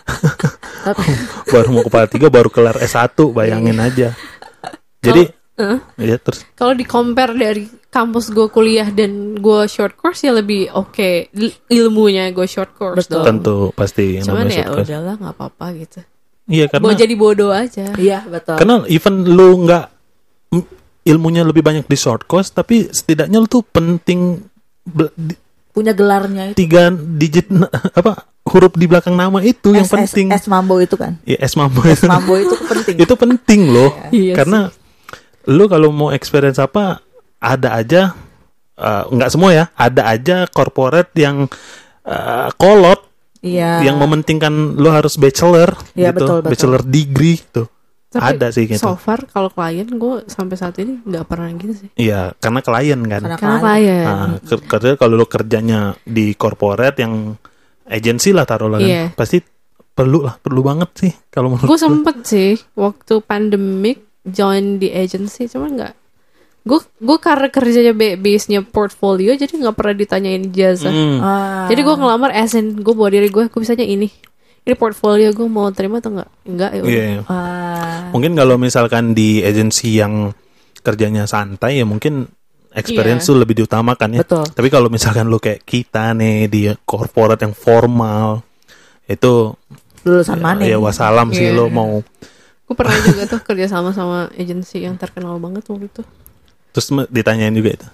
Tapi Baru mau kepala tiga baru kelar S satu, bayangin aja. Jadi Heeh. ya terus Kalau di compare dari kampus gue kuliah dan gue short course ya lebih oke. Il- ilmunya gue short course Betul. dong. tentu pasti yang Cuman namanya ya short course. udahlah nggak apa-apa gitu. Iya Gue karena jadi bodoh aja. iya betul. karena even lu nggak m- ilmunya lebih banyak di short course, tapi setidaknya lu tuh penting be- di- Punya gelarnya itu. tiga digit na- apa huruf di belakang nama itu yang S- S- penting. S Mambo itu kan. Ya, S mambo S itu. Mambo itu penting. Itu penting loh. Iya Karena lu kalau mau experience apa, ada aja uh, nggak semua ya, ada aja corporate yang uh, kolot, Iya. yang mementingkan lu harus bachelor Iya, gitu, betul, betul. bachelor degree tuh. Tapi Ada sih gitu. so far kalau klien gue sampai saat ini nggak pernah gitu sih. Iya, karena klien kan. Karena Karena klien. klien. Nah, ke- kerja kalau lu kerjanya di corporate yang agensi lah taruh lah kan, Iya. pasti perlu lah, perlu banget sih kalau menurut Gue gua. sempet sih waktu pandemic join di agency, cuman nggak. Gue gue karena kerjanya ba- base-nya portfolio, jadi nggak pernah ditanyain ijazah. Hmm. Ah. Jadi gue ngelamar as in gue bawa diri gue, gue bisanya ini. Ini portfolio gue mau terima atau enggak? Enggak ya. udah. Iya, iya. Ah. Mungkin kalau misalkan di agensi yang kerjanya santai ya mungkin experience Iya. tuh lebih diutamakan ya. Betul. Tapi kalau misalkan lu kayak kita nih di corporate yang formal, itu Lulusan mana? ya wassalam sih Iya. lo mau. Gue pernah juga tuh kerja sama sama agensi yang terkenal banget waktu itu. Terus me- ditanyain juga itu.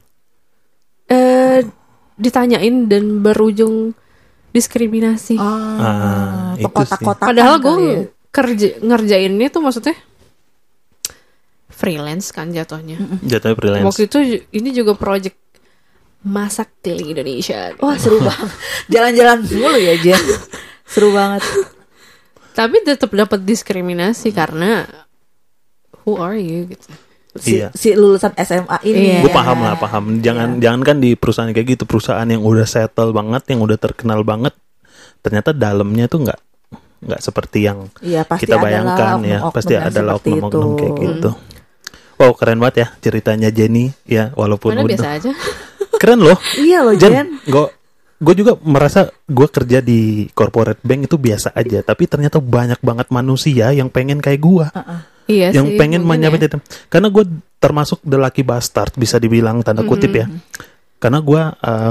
Eh ditanyain dan berujung diskriminasi. Ah, Ah, itu kotak-kotak. Padahal gue kerja ngerjainnya tuh maksudnya freelance kan jatuhnya. Jatuhnya freelance. Waktu itu ju- ini juga project masak keliling Indonesia. Wah seru banget. Jalan-jalan mulu ya Jen. Seru banget. Tapi tetap dapat diskriminasi karena who are you gitu. Si, Iya. si lulusan S M A ini. Iya. Gue paham lah, paham. Jangan jangan kan di perusahaan kayak gitu, perusahaan yang udah settle banget, yang udah terkenal banget, ternyata dalamnya tuh nggak nggak seperti yang Iya, pasti kita adalah bayangkan ya. oknum-oknum Pasti yang adalah seperti oknum-oknum itu. kayak gitu. Wow, keren banget ya ceritanya Jenny ya, walaupun Mana udah biasa aja. keren loh. Iya loh Jen, Jen. gue gue juga merasa gue kerja di corporate bank itu biasa aja, tapi ternyata banyak banget manusia yang pengen kayak gue, Iya yang sih, pengen mungkin menyamai ya. karena gue termasuk the lucky bastard bisa dibilang tanda kutip ya, karena gue uh,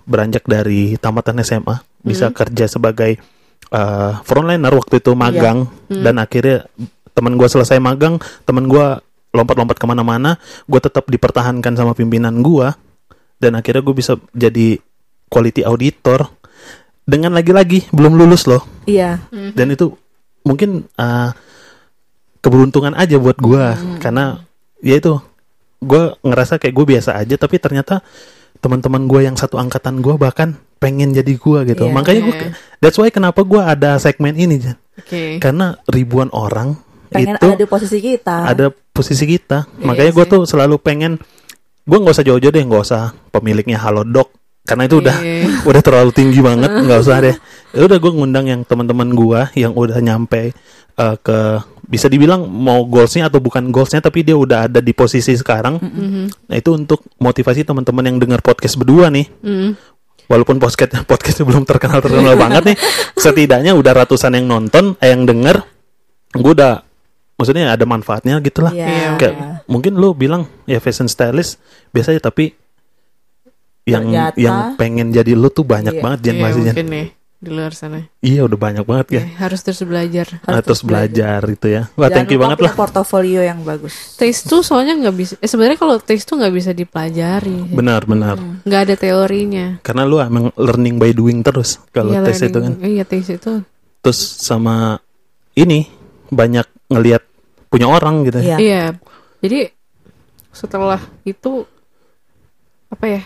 beranjak dari tamatan S M A bisa kerja sebagai uh, frontliner waktu itu magang Hmm. dan akhirnya teman gue selesai magang, teman gue lompat-lompat kemana-mana, gue tetap dipertahankan sama pimpinan gue dan akhirnya gue bisa jadi quality auditor dengan lagi-lagi belum lulus loh. Iya. Dan itu mungkin uh, keberuntungan aja buat gue karena ya itu gue ngerasa kayak gue biasa aja tapi ternyata teman-teman gue yang satu angkatan gue bahkan pengen jadi gue gitu. Iya. Makanya gue that's why kenapa gue ada segmen ini Jan. Oke. Karena ribuan orang Pengen itu ada di posisi kita. ada posisi kita. Iya Makanya gue sih. tuh selalu pengen gue nggak usah jauh-jauh deh, nggak usah pemiliknya Halodoc karena itu udah Iya. udah terlalu tinggi banget, nggak usah deh. Ya udah gue ngundang yang teman-teman gue yang udah nyampe uh, ke bisa dibilang mau goalsnya atau bukan goalsnya tapi dia udah ada di posisi sekarang. Nah itu untuk motivasi teman-teman yang dengar podcast berdua nih. Mm. Walaupun podcast podcastnya belum terkenal terkenal banget nih, setidaknya udah ratusan yang nonton, eh, yang denger, gue udah maksudnya ada manfaatnya gitu lah. Iya. Kayak mungkin lu bilang ya fashion stylist biasa aja tapi yang Ternyata- yang pengen jadi lu tuh banyak Iya. banget Jan Iya, masih Jan. mungkin nih di luar sana. Iya udah banyak banget ya. Ya, harus terus belajar. Harus Terus terus belajar itu ya. Wah Jangan thank you lupa banget punya lah. portofolio yang bagus. Taste tuh soalnya nggak bisa. Eh, sebenarnya kalau taste tuh nggak bisa dipelajari. Benar benar. Nggak ada teorinya. Karena lu emang learning by doing terus kalau Iya, tes itu learning. kan. Iya, taste itu. Terus sama ini banyak ngelihat punya orang gitu. Iya. Iya. Jadi setelah itu apa ya?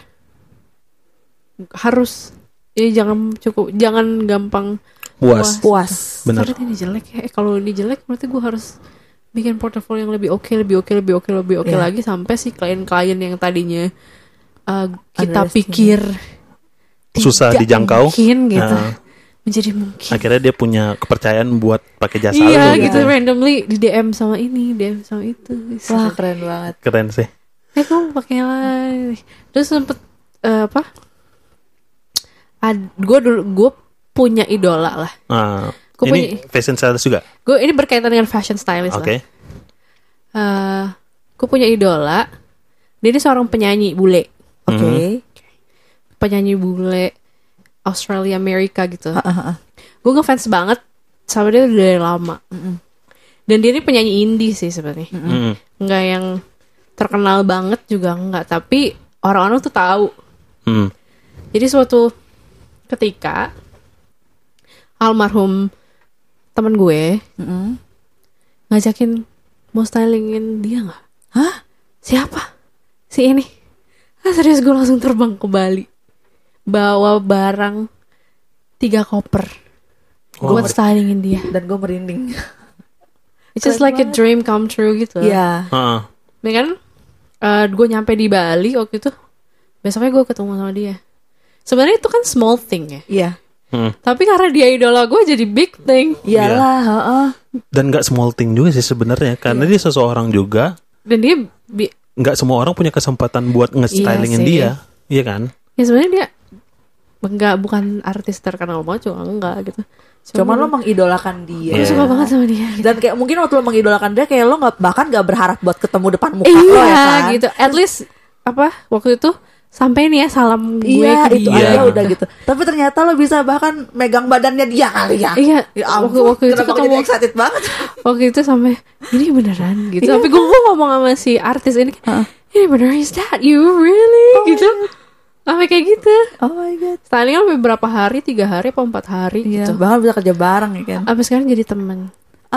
Harus ya jangan cukup jangan gampang Puas. Puas. Benar. Ternyata ini jelek ya. Eh, kalau ini jelek berarti gue harus bikin portofolio yang lebih oke, lebih oke, lebih oke, lebih oke Iya. lagi sampai si klien-klien yang tadinya uh, kita Underestimate. pikir Susah tidak dijangkau. mungkin gitu. Nah. Menjadi mungkin. Akhirnya dia punya kepercayaan buat pakai jasa Iya lu gitu gitu. randomly di D M sama ini, D M sama itu. Wah, keren banget. Keren sih. Eh kamu pakai lagi. Terus sempet eh, apa? Ad, gue dulu gue punya idola lah. Nah, Gua ini fashion stylist juga. Gue ini berkaitan dengan fashion stylist Oke. lah. Eh, gue punya idola. Dia ini seorang penyanyi bule, Oke. penyanyi bule Australia Amerika gitu. Ah, ah, ah. Gue ngefans banget sama dia udah dari lama. Dan dia ini penyanyi indie sih sebenarnya. Mm. Nggak yang terkenal banget juga enggak, tapi orang-orang tuh tahu. Hmm. Jadi suatu ketika almarhum temen gue Mm-mm. ngajakin mau stylingin dia nggak? Hah? Siapa? Si ini. Ah serius gue langsung terbang ke Bali. Bawa barang tiga koper Wow. buat stylingin dia. Dan gue merinding. It's just Keren like a banget. dream come true gitu. Iya. Heeh. Ya kan? Eh, gue nyampe di Bali waktu itu. Besoknya gue ketemu sama dia. Sebenarnya itu kan small thing ya. Iya. Hmm. Tapi karena dia idola gue jadi big thing. Iyalah, heeh. Dan nggak small thing juga sih sebenarnya karena dia seseorang juga. Dan dia bi- Nggak semua orang punya kesempatan buat nge-stylingin Iya sih. dia. Iya kan? ya sebenarnya dia enggak bukan artis terkenal banget juga enggak gitu. Cuman lo mengidolakan dia. gue Iya. suka banget sama dia. Gitu. Dan kayak mungkin waktu lo mengidolakan dia kayak lo nggak bahkan nggak berharap buat ketemu depan muka Iya lo ya kan. gitu. At least apa waktu itu sampai nih ya salam gue Iya ke itu dia. aja udah gitu. Tapi ternyata lo bisa bahkan megang badannya dia kali ya. Iya. Ya waktu ampun, waktu itu kenapa gue ketemu jadi excited banget. waktu itu sampai ini beneran gitu. Iya. Tapi gue gue ngomong sama si artis ini, Hah? ini beneran is that you really Oh gitu. Sampai kayak gitu. Oh my god. Styling sampai berapa hari, tiga hari apa empat hari Iya, gitu. bahkan bisa kerja bareng ya kan. Sampai sekarang jadi teman.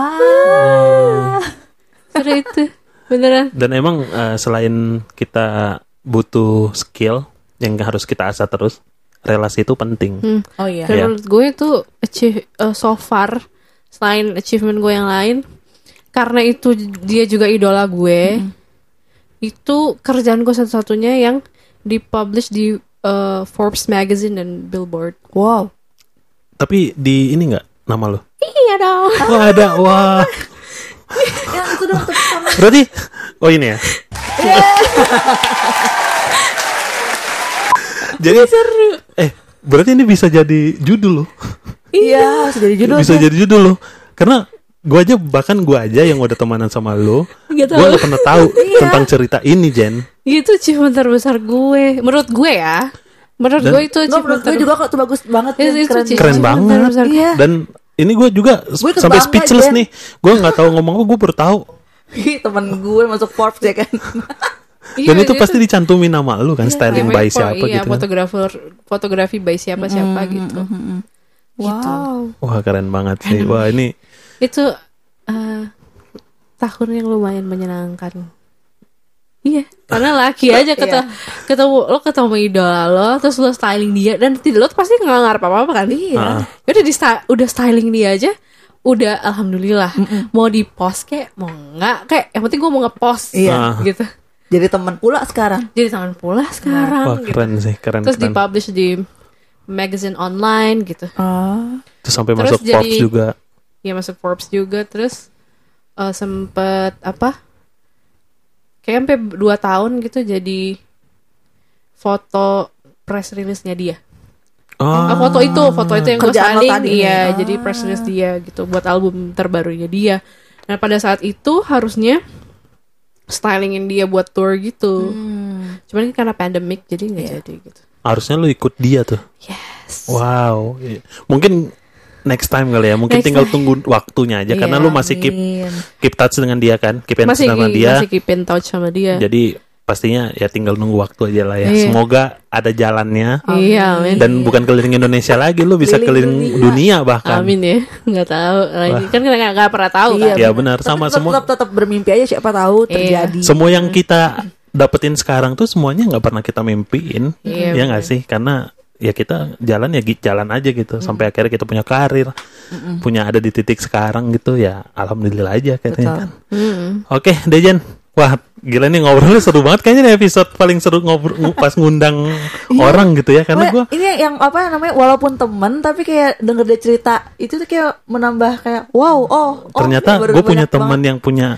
Ah. Sudah itu beneran. Dan emang eh, selain kita butuh skill yang harus kita asah terus, relasi itu penting. Hmm. Oh iya. Dan Iya. menurut gue itu achieve, uh, so far selain achievement gue yang lain, karena itu dia juga idola gue, itu kerjaan gue satu-satunya yang dipublish di uh, Forbes magazine dan Billboard. Wow. Tapi di ini nggak nama lo? Iya dong. Wah ada, wah. Yang itu dong tepuk tangan. Berarti, oh ini ya. Jadi Seru. eh berarti ini bisa jadi judul loh. Iya, harus jadi judul. Bisa jadi judul loh. Karena gua aja bahkan gua aja yang udah temanan sama lo, Gak gua tahu. nggak pernah tahu tentang cerita ini, Jen. Itu achievement terbesar gue. Menurut gue ya. Menurut Dan- gue itu Nggak, menurut gue achievement juga kok tuh bagus banget. Iya, Jen. itu Keren, achievement Keren banget. terbesar. Iya. Dan ini gue juga Gue ikut sampai bangga, speechless Jen. nih. Gue nggak tahu ngomong apa, gue baru tahu. Ih, temen gue masuk Forbes ya kan. Iya, Dan itu pasti dicantumin nama lu kan, styling by Namanya fo- siapa iya, gitu kan. fotografer, fotografi by siapa siapa gitu. Gitu. Wow. Wah keren banget sih. Wah ini Itu eh, tahun yang lumayan menyenangkan. Iya, karena laki aja ketemu, ketemu lo ketemu idola lo, terus lo styling dia dan tidak lo tuh pasti nggak ngarep apa apa kan? Iya. Ah. Ya udah di sta- udah styling dia aja, udah alhamdulillah. Mau di post kayak mau nggak kayak yang penting gue mau ngepost, Iya. Ah. gitu. Jadi teman pula sekarang. Jadi tangan pula sekarang. wah gitu. keren sih, keren Terus keren. dipublish di magazine online gitu. Oh. Terus sampai Terus masuk Forbes jadi- juga. Ya masuk Forbes juga. Terus eh, sempet apa? Kayak sampai dua tahun gitu jadi foto press release-nya dia. Oh, Ah, foto itu, foto itu yang gue Kerjaan lo styling, tadi iya, nih. jadi press release dia gitu buat album terbarunya dia. Nah pada saat itu harusnya stylingin dia buat tour gitu. Hmm. Cuman kan karena pandemic jadi nggak jadi gitu. harusnya lu ikut dia tuh. Yes. Wow. Iya. Mungkin next time kali ya. Mungkin Next tinggal time. tunggu waktunya aja karena Iya, lu masih keep Amin. keep touch dengan dia kan, keep in touch Masih sama dia. masih keep in touch sama dia. Jadi pastinya ya tinggal nunggu waktu aja lah ya. Iya. Semoga ada jalannya. Iya, amin. Dan bukan keliling Indonesia lagi, lu bisa Keliling keliling dunia. dunia bahkan. Amin ya, nggak tahu lagi kan kita nggak nggak pernah tahu kan. Iya benar, sama tetap, semua. tetap, tetap bermimpi aja, siapa tahu Iya. terjadi. Semua yang kita dapetin sekarang tuh semuanya nggak pernah kita mimpiin, Iya, ya nggak sih? Karena ya kita jalan ya gi- jalan aja gitu sampai akhirnya kita punya karir, punya ada di titik sekarang gitu ya. Alhamdulillah aja katanya Betul. kan. Mm. Oke, Dejen. Wah, gila nih ngobrolnya seru banget kayaknya nih episode paling seru ngobrol ng- pas ngundang orang gitu ya karena Wah, gua ini yang apa namanya, walaupun temen tapi kayak denger dia cerita itu tuh kayak menambah kayak wow, oh, oh ternyata baru gue punya banyak teman banget. yang punya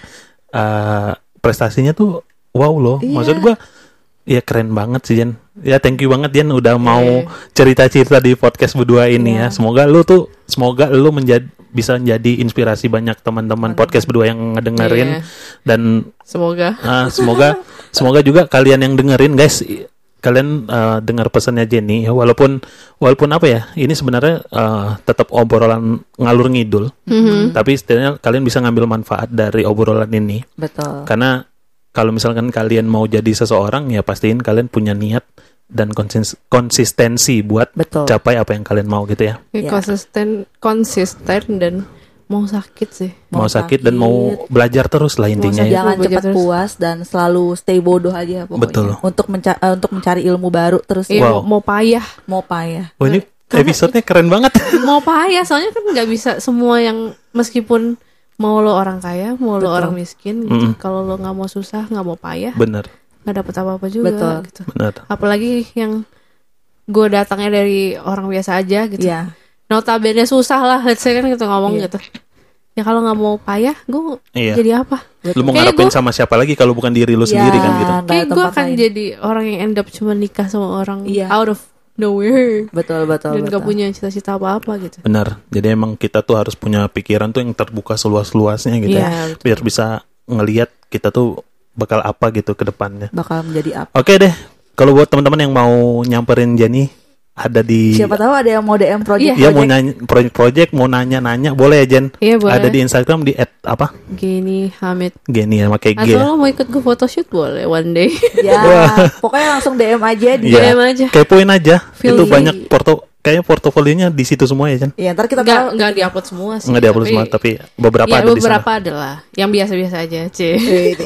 uh, prestasinya tuh wow loh. Iya. Maksud gue ya keren banget sih Jen. Ya thank you banget Jen udah mau Iya. cerita-cerita di podcast berdua ini Iya. ya. Semoga lu tuh semoga lu menjadi bisa menjadi inspirasi banyak teman-teman podcast berdua yang ngedengerin Iya. dan Semoga. uh, semoga semoga juga kalian yang dengerin guys i- kalian uh, dengar pesannya Jenny ya, walaupun walaupun apa ya ini sebenarnya uh, tetap obrolan ngalur ngidul Mhm. tapi setidaknya kalian bisa ngambil manfaat dari obrolan ini Betul. karena kalau misalkan kalian mau jadi seseorang ya pastiin kalian punya niat dan konsis- konsistensi buat Betul. capai apa yang kalian mau gitu ya. Iya. Ya, konsisten, konsisten dan mau sakit sih. Mau, Mau sakit, dan sakit. mau belajar terus lah intinya sakit. ya. Jangan Belajar cepat terus. puas dan selalu stay bodoh aja pokoknya. Betul. Untuk menca- eh, untuk mencari ilmu baru terus Iya, ya. Wow. mau, mau payah, Mau payah. Wah ini episode-nya keren banget. mau payah. Soalnya kan nggak bisa semua yang meskipun mau lo orang kaya, mau lo Betul. orang miskin, gitu. Mm. Kalau lo nggak mau susah, nggak mau payah, Bener, nggak dapet apa-apa juga. Betul. Gitu. bener. Apalagi yang gue datangnya dari orang biasa aja gitu. Iya. Notabene susah lah, let's say kan kita ngomong Iya. gitu. Ya kalau nggak mau payah, gue Iya. jadi apa? Lu mau Kayak ngarepin gua- sama siapa lagi kalau bukan diri lu Ya, sendiri kan gitu. nggak ada Kayak gue tempat akan lain. jadi orang yang end up cuma nikah sama orang Iya. out of nowhere Betul, betul, dan betul. gak punya cita-cita apa-apa gitu. Bener. Jadi emang kita tuh harus punya pikiran tuh yang terbuka seluas-luasnya gitu ya. Iya, betul. Biar bisa ngelihat kita tuh bakal apa gitu ke depannya. Bakal menjadi apa? Oke deh. Kalau buat teman-teman yang mau nyamperin Jenny ada di Siapa tahu ada yang mau D M project. ya mau nanya project-project mau nanya-nanya boleh ya Jen. Iya, boleh. Ada di Instagram di at apa? Gini Hamid. Geni ya pakai G. Atau ya. lo mau ikut gue photoshoot boleh one day. Ya, pokoknya langsung D M aja di. Iya. D M aja. Kepoin aja. Feel Itu free. banyak porto kayaknya portofolionya di situ semua ya Jen. Ya, ntar kita Nggak tahu. nggak diupload semua sih. Enggak diupload semua tapi beberapa ya, ada di sana. beberapa adalah yang biasa-biasa aja, C. Oke,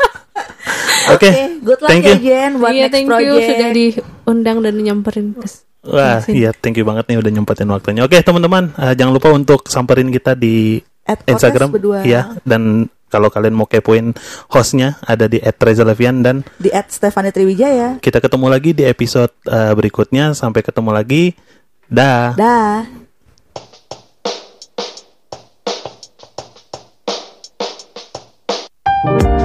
Oke. good luck Thank ya you. Jen buat Iya, next thank project. you sudah diundang dan nyamperin ke Wah, sini. iya thank you banget nih udah nyempetin waktunya. Oke, teman-teman, eh, jangan lupa untuk samperin kita di At podcast Instagram berdua. ya, dan kalau kalian mau kepoin hostnya ada di at reza levian dan Di at Stefani Triwijaya. kita ketemu lagi di episode eh, berikutnya. Sampai ketemu lagi. Dah. Dah.